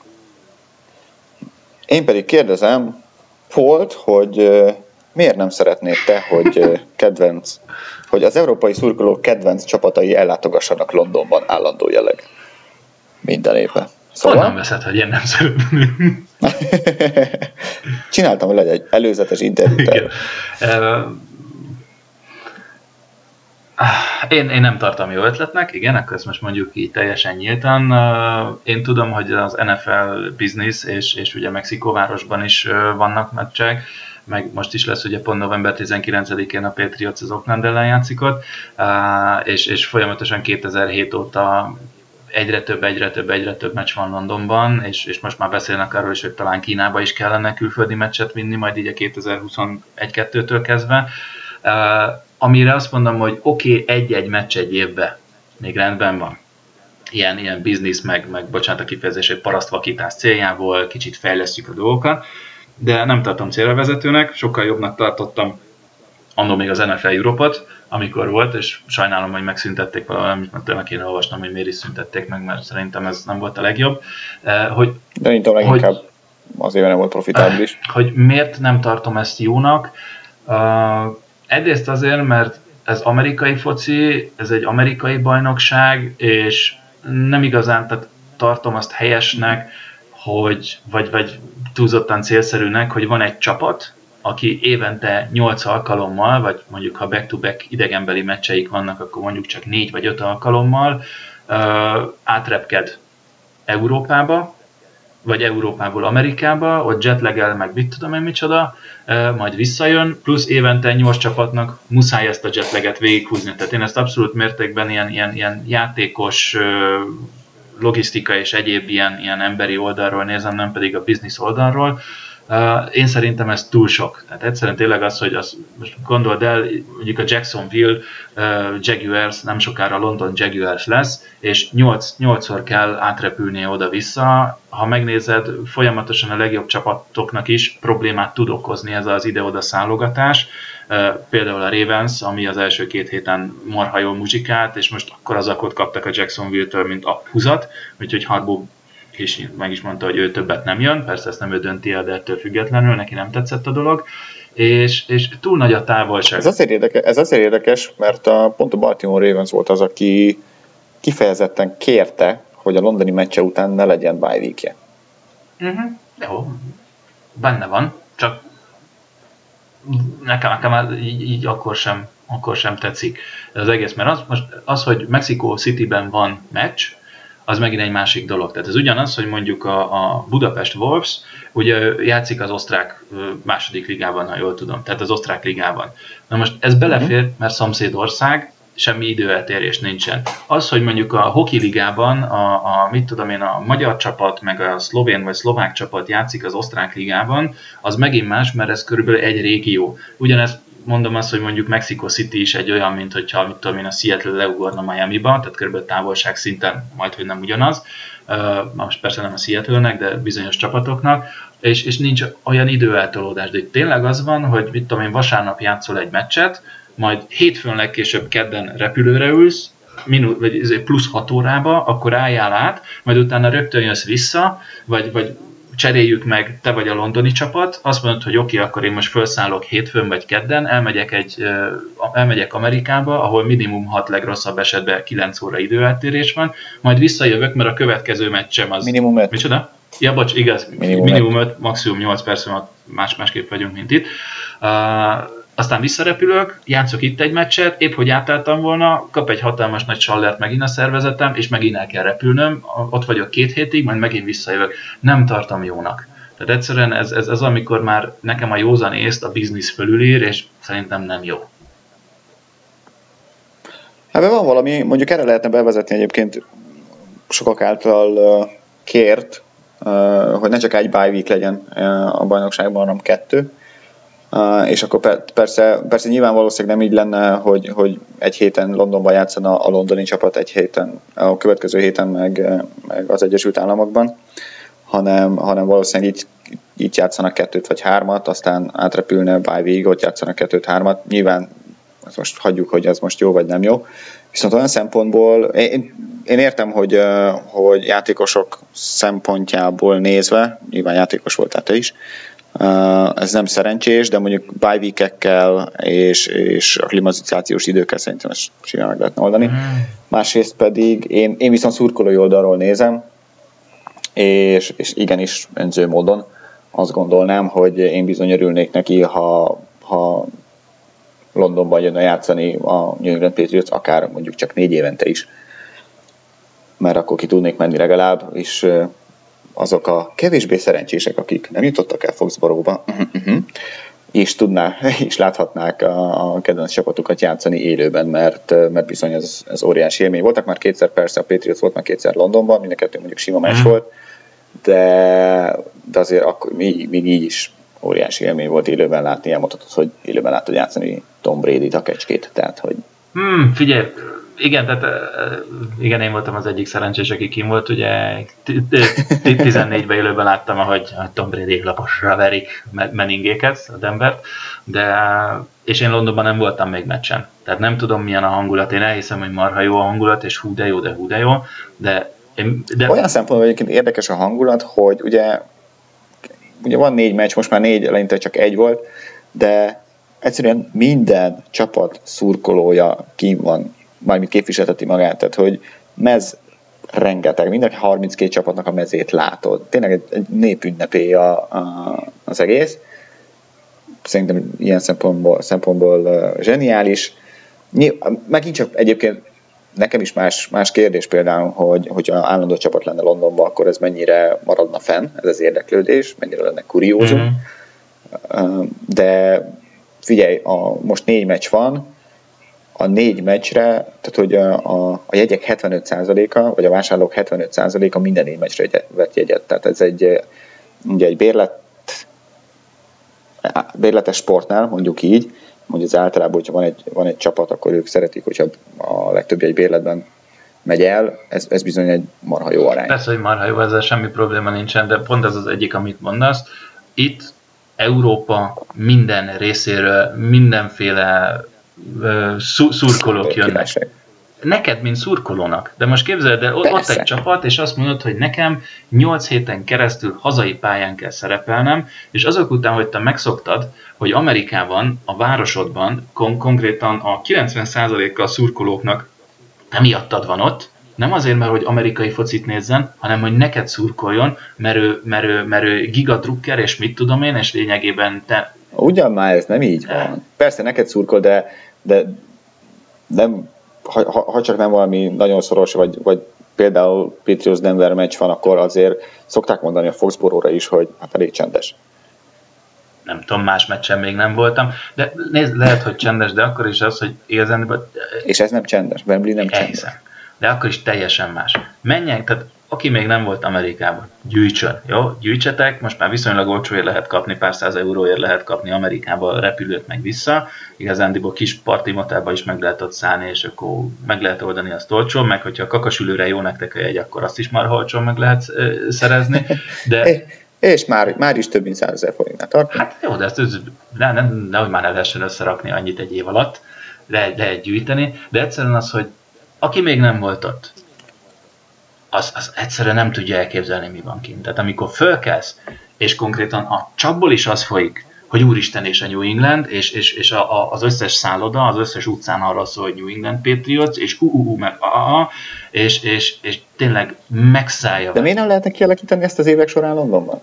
Én pedig kérdezem Polt, hogy uh, miért nem szeretnéd te, hogy uh, kedvenc, hogy az európai szurkolók kedvenc csapatai ellátogassanak Londonban állandó jelleg minden évben. Szóval nem veszed, hogy én nem szeretném. Csináltam vele egy előzetes interjút. Én, én nem tartom jó ötletnek, igen, akkor ezt most mondjuk így teljesen nyíltan. Én tudom, hogy az en ef el business, és, és ugye Mexikóvárosban is vannak meccsek, meg most is lesz ugye pont november tizenkilencedikén a Patriots az Oakland ellen játszik ott, és, és folyamatosan kétezer-hét óta egyre több, egyre több, egyre több meccs van Londonban, és, és most már beszélnek arról is, hogy talán Kínába is kellene külföldi meccset vinni, majd így a kétezer-huszonegy-kettőtől kezdve. Amire azt mondom, hogy oké, okay, egy-egy meccs egy évben még rendben van. Ilyen, ilyen biznisz, meg, meg bocsánat a kifejezését, parasztvakítás céljából, kicsit fejlesztjük a dolgokat, de nem tartom célra vezetőnek, sokkal jobbnak tartottam annól még az en ef el Europe-ot, amikor volt, és sajnálom, hogy megszüntették valamit, mert tényleg kéne olvasnom, hogy miért is szüntették meg, mert szerintem ez nem volt a legjobb. Hogy, de inkább leginkább azért nem volt profitábilis. Hogy miért nem tartom ezt jónak? Uh, egyrészt azért, mert ez amerikai foci, ez egy amerikai bajnokság, és nem igazán tehát tartom azt helyesnek, hogy, vagy, vagy túlzottan célszerűnek, hogy van egy csapat, aki évente nyolc alkalommal, vagy mondjuk ha back-to-back idegenbeli meccseik vannak, akkor mondjuk csak négy vagy öt alkalommal uh, átrepked Európába, vagy Európából Amerikába, ott jetlegel, meg mit tudom én micsoda, uh, majd visszajön, plusz évente nyolc csapatnak muszáj ezt a jetleget végighúzni. Tehát én ezt abszolút mértékben ilyen, ilyen, ilyen játékos, uh, logisztika és egyéb ilyen, ilyen emberi oldalról nézem, nem pedig a business oldalról. Uh, én szerintem ez túl sok. Tehát egyszerűen tényleg az, hogy az, most gondold el, mondjuk a Jacksonville uh, Jaguars nem sokára London Jaguars lesz, és nyolcszor kell átrepülnie oda-vissza. Ha megnézed, folyamatosan a legjobb csapatoknak is problémát tud okozni ez az ide-oda szállogatás. Uh, például a Ravens, ami az első két héten marha jól muzsikált, és most akkor az akot kaptak a Jacksonville-től, mint a húzat, úgyhogy Harbaugh és meg is mondta, hogy ő többet nem jön, persze ezt nem ő dönti el, de ettől függetlenül neki nem tetszett a dolog, és, és túl nagy a távolság. Ez azért érdekes, ez azért érdekes mert a, pont a Baltimore Ravens volt az, aki kifejezetten kérte, hogy a londoni meccse után ne legyen bye weekje. Uh-huh. Jó, benne van, csak nekem, nekem így, így akkor, sem, akkor sem tetszik az egész, mert az, most az, hogy Mexico Cityben van meccs, az megint egy másik dolog. Tehát ez ugyanaz, hogy mondjuk a, a Budapest Wolves ugye játszik az osztrák második ligában, ha jól tudom, tehát az osztrák ligában. Na most ez belefér, mert szomszédország, semmi időeltérés nincsen. Az, hogy mondjuk a hoki ligában a, a, mit tudom én, a magyar csapat, meg a szlovén vagy szlovák csapat játszik az osztrák ligában, az megint más, mert ez körülbelül egy régió. Ugyanez mondom azt, hogy mondjuk Mexico City is egy olyan, mint hogyha, mit tudom én, a Seattle leugorna Miami-ba, tehát körülbelül távolság szinten majdhogy nem ugyanaz. Uh, most persze nem a Seattle-nek, de bizonyos csapatoknak, és, és nincs olyan időeltolódás. De itt tényleg az van, hogy mit tudom én, vasárnap játszol egy meccset, majd hétfőn legkésőbb kedden repülőre ülsz, minut, vagy plusz hat órába, akkor álljál át, majd utána rögtön jössz vissza, vagy, vagy cseréljük meg, te vagy a londoni csapat, azt mondod, hogy oké, okay, akkor én most felszállok hétfőn vagy kedden, elmegyek, egy, elmegyek Amerikába, ahol minimum hat, legrosszabb esetben kilenc óra időeltérés van, majd visszajövök, mert a következő meccsem az... Minimum öt. Micsoda? Ja, bocs, igaz, minimum öt, maximum nyolc perc, más-másképp vagyunk, mint itt. Uh, aztán visszarepülök, játszok itt egy meccset, épp hogy átálltam volna, kap egy hatalmas nagy sallert megint a szervezetem, és megint el kell repülnöm, ott vagyok két hétig, majd megint visszajövök. Nem tartom jónak. Tehát egyszerűen ez, ez az, amikor már nekem a józan észt a biznisz fölülír, és szerintem nem jó. Hát van valami, mondjuk erre lehetne bevezetni egyébként sokak által kért, hogy ne csak egy bye week legyen a bajnokságban, hanem kettő. Uh, és akkor persze, persze nyilván valószínűleg nem így lenne, hogy, hogy egy héten Londonban játszana a londoni csapat, egy héten, a következő héten meg, meg az Egyesült Államokban, hanem, hanem valószínűleg így, így játszanak kettőt vagy hármat, aztán átrepülne bye week, ott játszanak kettőt, hármat. Nyilván ezt most hagyjuk, hogy ez most jó vagy nem jó. Viszont olyan szempontból, én, én értem, hogy, hogy játékosok szempontjából nézve, nyilván játékos voltál te is, Uh, ez nem szerencsés, de mondjuk bye week-ekkel és, és a klimatizációs időkkel szerintem ezt simán meg lehetne oldani. Mm. Másrészt pedig én, én viszont szurkolói oldalról nézem, és, és igenis önző módon azt gondolnám, hogy én bizony örülnék neki, ha, ha Londonban jönne játszani a New England Patriots, akár mondjuk csak négy évente is, mert akkor ki tudnék menni legalább, és azok a kevésbé szerencsések, akik nem jutottak el Foxborough-ba, és tudná, és láthatnák a, a kedvenc csapatukat játszani élőben, mert, mert bizony ez, ez óriási élmény. Voltak már kétszer, persze a Patriots volt már kétszer Londonban, mind a kettő mondjuk sima meccs volt, de, de azért akkor még, még így is óriási élmény volt élőben látni, elmondhatod, hogy élőben látod játszani Tom Brady-t, a kecskét, tehát hogy... Hmm, figyelj, igen, tehát igen, én voltam az egyik szerencsés, aki kim volt, ugye tizennégyben élőben láttam, ahogy Tom Brady laposra verik Manningéket, a Denvert, de és én Londonban nem voltam még meccsen, tehát nem tudom milyen a hangulat, én elhiszem, hogy marha jó a hangulat, és hú de jó, de hú de jó, de... de... Olyan szempontból egyébként érdekes a hangulat, hogy ugye, ugye van négy meccs, most már négy, eleinte csak egy volt, de egyszerűen minden csapat szurkolója kim van, mármint képviselteti magát, tehát hogy mez rengeteg, minden harminckét csapatnak a mezét látod. Tényleg egy, egy népünnepé a, a, az egész. Szerintem ilyen szempontból, szempontból uh, zseniális. Megint csak egyébként nekem is más, más kérdés például, hogy hogyha állandó csapat lenne Londonban, akkor ez mennyire maradna fenn, ez az érdeklődés, mennyire lenne kuriózum. Mm-hmm. Uh, de figyelj, a, most négy meccs van, a négy meccsre, tehát hogy a, a, a jegyek hetvenöt százaléka, vagy a vásárlók hetvenöt százaléka minden négy meccsre vett jegyet. Tehát ez egy, ugye egy bérlet, bérletes sportnál, mondjuk így, hogy az általában, hogyha van egy, van egy csapat, akkor ők szeretik, hogyha a legtöbb egy bérletben megy el, ez, ez bizony egy marha jó arány. Persze, hogy marha jó, ezzel semmi probléma nincsen, de pont ez az egyik, amit mondasz. Itt Európa minden részéről mindenféle uh, szurkolók jönnek. Neked, mint szurkolónak. De most képzeld el, ott, ott egy csapat, és azt mondod, hogy nekem nyolc héten keresztül hazai pályán kell szerepelnem, és azok után, hogy te megszoktad, hogy Amerikában, a városodban kon- konkrétan a kilencven százaléka a szurkolóknak nem miattad van ott, nem azért, mert hogy amerikai focit nézzen, hanem hogy neked szurkoljon, mert ő, mert ő, mert ő gigadrukker, és mit tudom én, és lényegében te... Ugyan már ez nem így van. Persze neked szurkol, de, de nem, ha, ha csak nem valami nagyon szoros, vagy, vagy például Patriots Denver meccs van, akkor azért szokták mondani a Foxborough-ra is, hogy hát elég csendes. Nem tudom, más meccsen még nem voltam, de nézd, lehet, hogy csendes, de akkor is az, hogy igazán... És ez nem csendes, Wembley nem csendes. Elhiszem. De akkor is teljesen más. Menjen, tehát aki még nem volt Amerikában, gyűjtsön, jó? Gyűjtsetek, most már viszonylag olcsóért lehet kapni, pár száz euróért lehet kapni Amerikába repülőt meg vissza. Igazándiból kis parti motelba is meg lehet ott szállni, és akkor meg lehet oldani azt olcsó, meg hogyha a kakasülőre jó nektek a jegy, akkor azt is már olcsó meg lehet szerezni. De... És már, már is több mint százezer forintnál tart. Hát jó, de ezt ne, ne, nehogy már ne lehessen összerakni annyit egy év alatt, lehet, lehet gyűjteni, de egyszerűen az, hogy aki még nem volt ott, az, az egyszerűen nem tudja elképzelni, mi van kint. Tehát amikor fölkelsz, és konkrétan a csapból is az folyik, hogy úristen és a New England, és, és, és a, a, az összes szálloda, az összes utcán arra szól, hogy New England Patriots, és ú, ú, ú, meg a, a, és, és, és tényleg megszállja. De miért nem lehetne kialakítani ezt az évek során Londonban?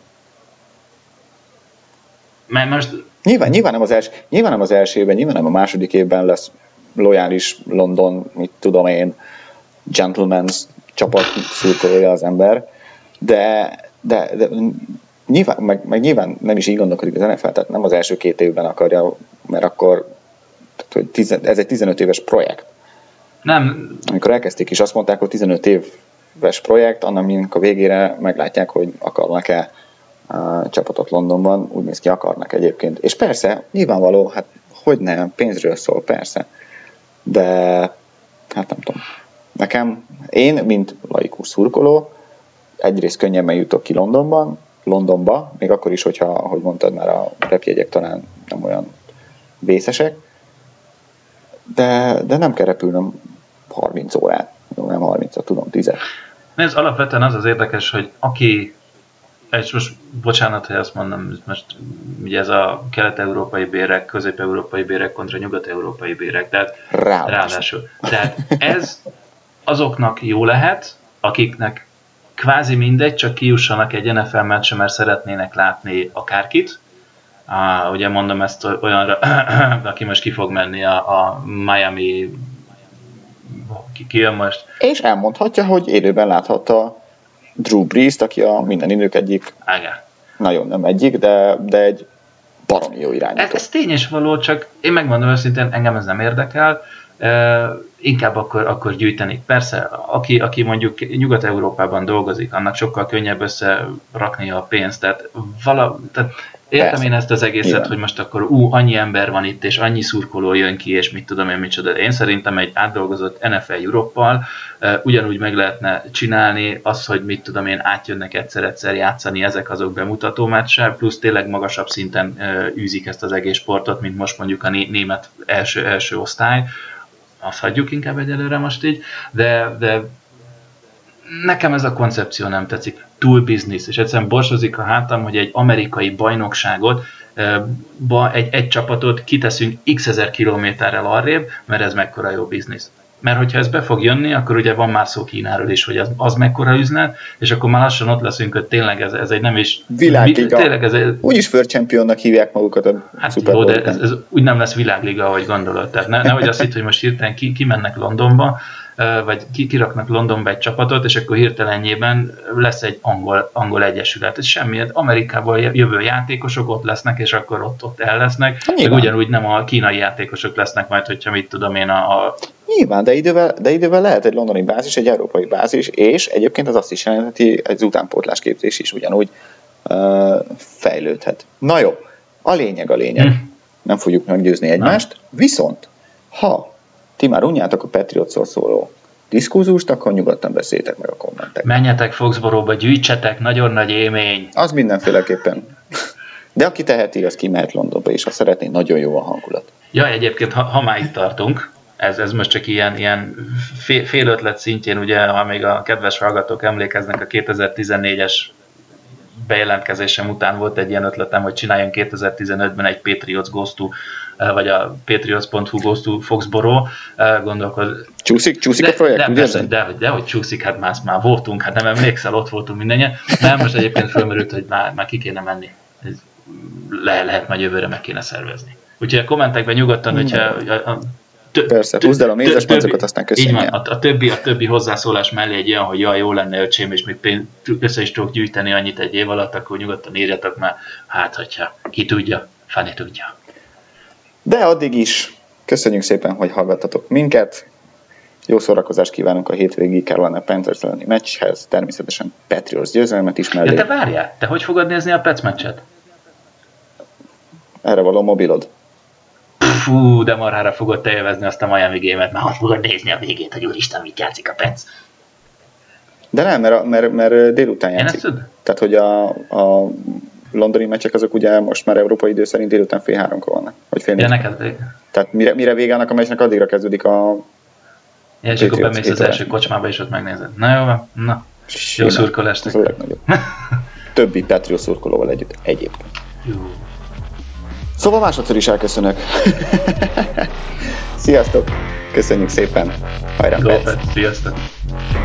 Mert most... Nyilván, nyilván, nem az els, nyilván nem az első évben, nyilván nem a második évben lesz lojális London, mit tudom én, gentleman's csapat szurkolója az ember, de, de, de nyilván, meg, meg nyilván nem is így gondolkodik az en ef el, tehát nem az első két évben akarja, mert akkor tehát, hogy tizen, ez egy tizenöt éves projekt. Nem. Amikor elkezdték is azt mondták, hogy tizenöt éves projekt, annak mindent a végére meglátják, hogy akarnak-e a csapatot Londonban, úgy néz ki, akarnak egyébként. És persze, nyilvánvaló, hát hogy nem, pénzről szól, persze. De, hát nem tudom. Nekem, én, mint laikus szurkoló, egyrészt könnyebben jutok ki Londonban, Londonba, még akkor is, hogyha, ahogy mondtad, már a repjegyek talán nem olyan vészesek, de, de nem kell repülnöm harminc órát, nem harminc, tudom, tíz. Ez alapvetően az az érdekes, hogy aki, és most bocsánat, hogy azt mondom, most ugye ez a kelet-európai bérek, közép-európai bérek kontra nyugat-európai bérek, tehát ráadásul. ráadásul. Tehát ez azoknak jó lehet, akiknek kvázi mindegy, csak kijussanak egy en ef el meccsre, mert szeretnének látni akárkit, Á, ugye mondom ezt olyanra, aki most ki fog menni a, a Miami, ki, ki jön most. És elmondhatja, hogy élőben láthatta Drew Brees-t, aki a minden idők egyik, Igen. nagyon nem egyik, de, de egy baromi jó irányító. Ez, ez tény és való, csak én megmondom őszintén, engem ez nem érdekel. Uh, inkább akkor, akkor gyűjtenik. Persze, aki, aki mondjuk Nyugat-Európában dolgozik, annak sokkal könnyebb összerakni a pénzt. Tehát, vala, tehát értem Persze. én ezt az egészet, Igen. hogy most akkor ú, annyi ember van itt, és annyi szurkoló jön ki, és mit tudom én, micsoda. Én szerintem egy átdolgozott en ef el Europe-val uh, ugyanúgy meg lehetne csinálni az, hogy mit tudom én, átjönnek egyszer-egyszer játszani, ezek azok bemutató meccsel, plusz tényleg magasabb szinten uh, űzik ezt az egész sportot, mint most mondjuk a né- német első, első osztály. Azt hagyjuk inkább egyelőre most így, de, de nekem ez a koncepció nem tetszik. Túl business, és egyszerűen borsozik a hátam, hogy egy amerikai bajnokságot, egy, egy csapatot kiteszünk x ezer kilométerrel arrébb, mert ez mekkora jó biznisz. Mert hogyha ez be fog jönni, akkor ugye van már szó Kínáról is, hogy az, az mekkora üzlet, és akkor már lassan ott leszünk, hogy tényleg ez, ez egy nem is... Világliga. Tényleg ez egy... Úgyis World Championnak hívják magukat a hát Super Bowl-ben. Jó, de ez, ez úgy nem lesz világliga, ahogy gondolod. Tehát ne, nehogy azt hitt, hogy most hirtelen ki, kimennek Londonba, vagy ki, kiraknak Londonba egy csapatot, és akkor hirtelenjében lesz egy angol, angol egyesület. Ez semmi, Amerikából jövő játékosok ott lesznek, és akkor ott, ott el lesznek. Meg ugyanúgy nem a kínai játékosok lesznek majd, hogyha mit tudom én a... a Nyilván, de idővel, de idővel lehet egy londoni bázis, egy európai bázis, és egyébként az azt is jelentheti, egy utánpótlásképzés is ugyanúgy uh, fejlődhet. Na jó, a lényeg a lényeg. Hm. Nem fogjuk meggyőzni egymást, nem. Viszont ha ti már unjátok a Patriotsról szóló diszkúzust, akkor nyugodtan beszéljetek meg a kommentek. Menjetek Foxboróba, gyűjtsetek, nagyon nagy élmény. Az mindenféleképpen. De aki teheti, az kimehet Londonba, és ha szeretné, nagyon jó a hangulat. Ja, egyébként, ha, ha már itt tartunk, ez, ez most csak ilyen, ilyen fél, fél ötlet szintjén, ugye, ha még a kedves hallgatók emlékeznek, a kétezer-tizennégyes bejelentkezésem után volt egy ilyen ötletem, hogy csináljunk kétezer-tizenötben egy Patriots Goes to, vagy a patriots pont hu Goes to Foxborough, gondolkod. Csúszik, csúszik de, a projekt, de, ugye? De, de, de, hogy csúszik, hát már, már voltunk, hát nem emlékszel, ott voltunk mindennyien. Nem, most egyébként fölmerült, hogy már, már ki kéne menni. Ez le, lehet majd jövőre meg kéne szervezni. Úgyhogy a kommentekben nyugodtan, hogyha... A, a, Tö, Persze, húzd el a mézes pancokat, aztán köszönjük. Így van, a, a, többi, a többi hozzászólás mellé egy olyan, hogy jaj, jó lenne öcsém, és még pénz, össze is tudok gyűjteni annyit egy év alatt, akkor nyugodtan írjatok már, hát hogyha ki tudja, Fanny tudja. De addig is köszönjük szépen, hogy hallgattatok minket. Jó szórakozást kívánunk a hétvégi Carolina Panthers elleni meccshez, természetesen Patriots győzelmet is mellé. Ja, te várjál, te hogy fogod nézni a Pets meccset? Erre való mobilod. Fú, de marhára fogod te élvezni azt a Miami Game-et, már ott fogod nézni a végét, hogy úristen, mit játszik a Pets. De nem, mert, mert, mert délután játszik. Tehát, hogy a, a londoni meccsek azok ugye most már európai idő szerint délután fél háromkor vannak. Vagy fél ja, neked... Tehát mire, mire vége annak a meccsnek, addigra kezdődik a... Ja, és akkor bemész az első kocsmába, és ott megnézed. Na jó, na, jó szurkolást. Ez a legnagyobb. Többi Patriot szurkolóval együtt egyébként. Jó. Szóval másodszor is elköszönök. Sziasztok! Köszönjük szépen! Hajrá, Go, Pets! Sziasztok!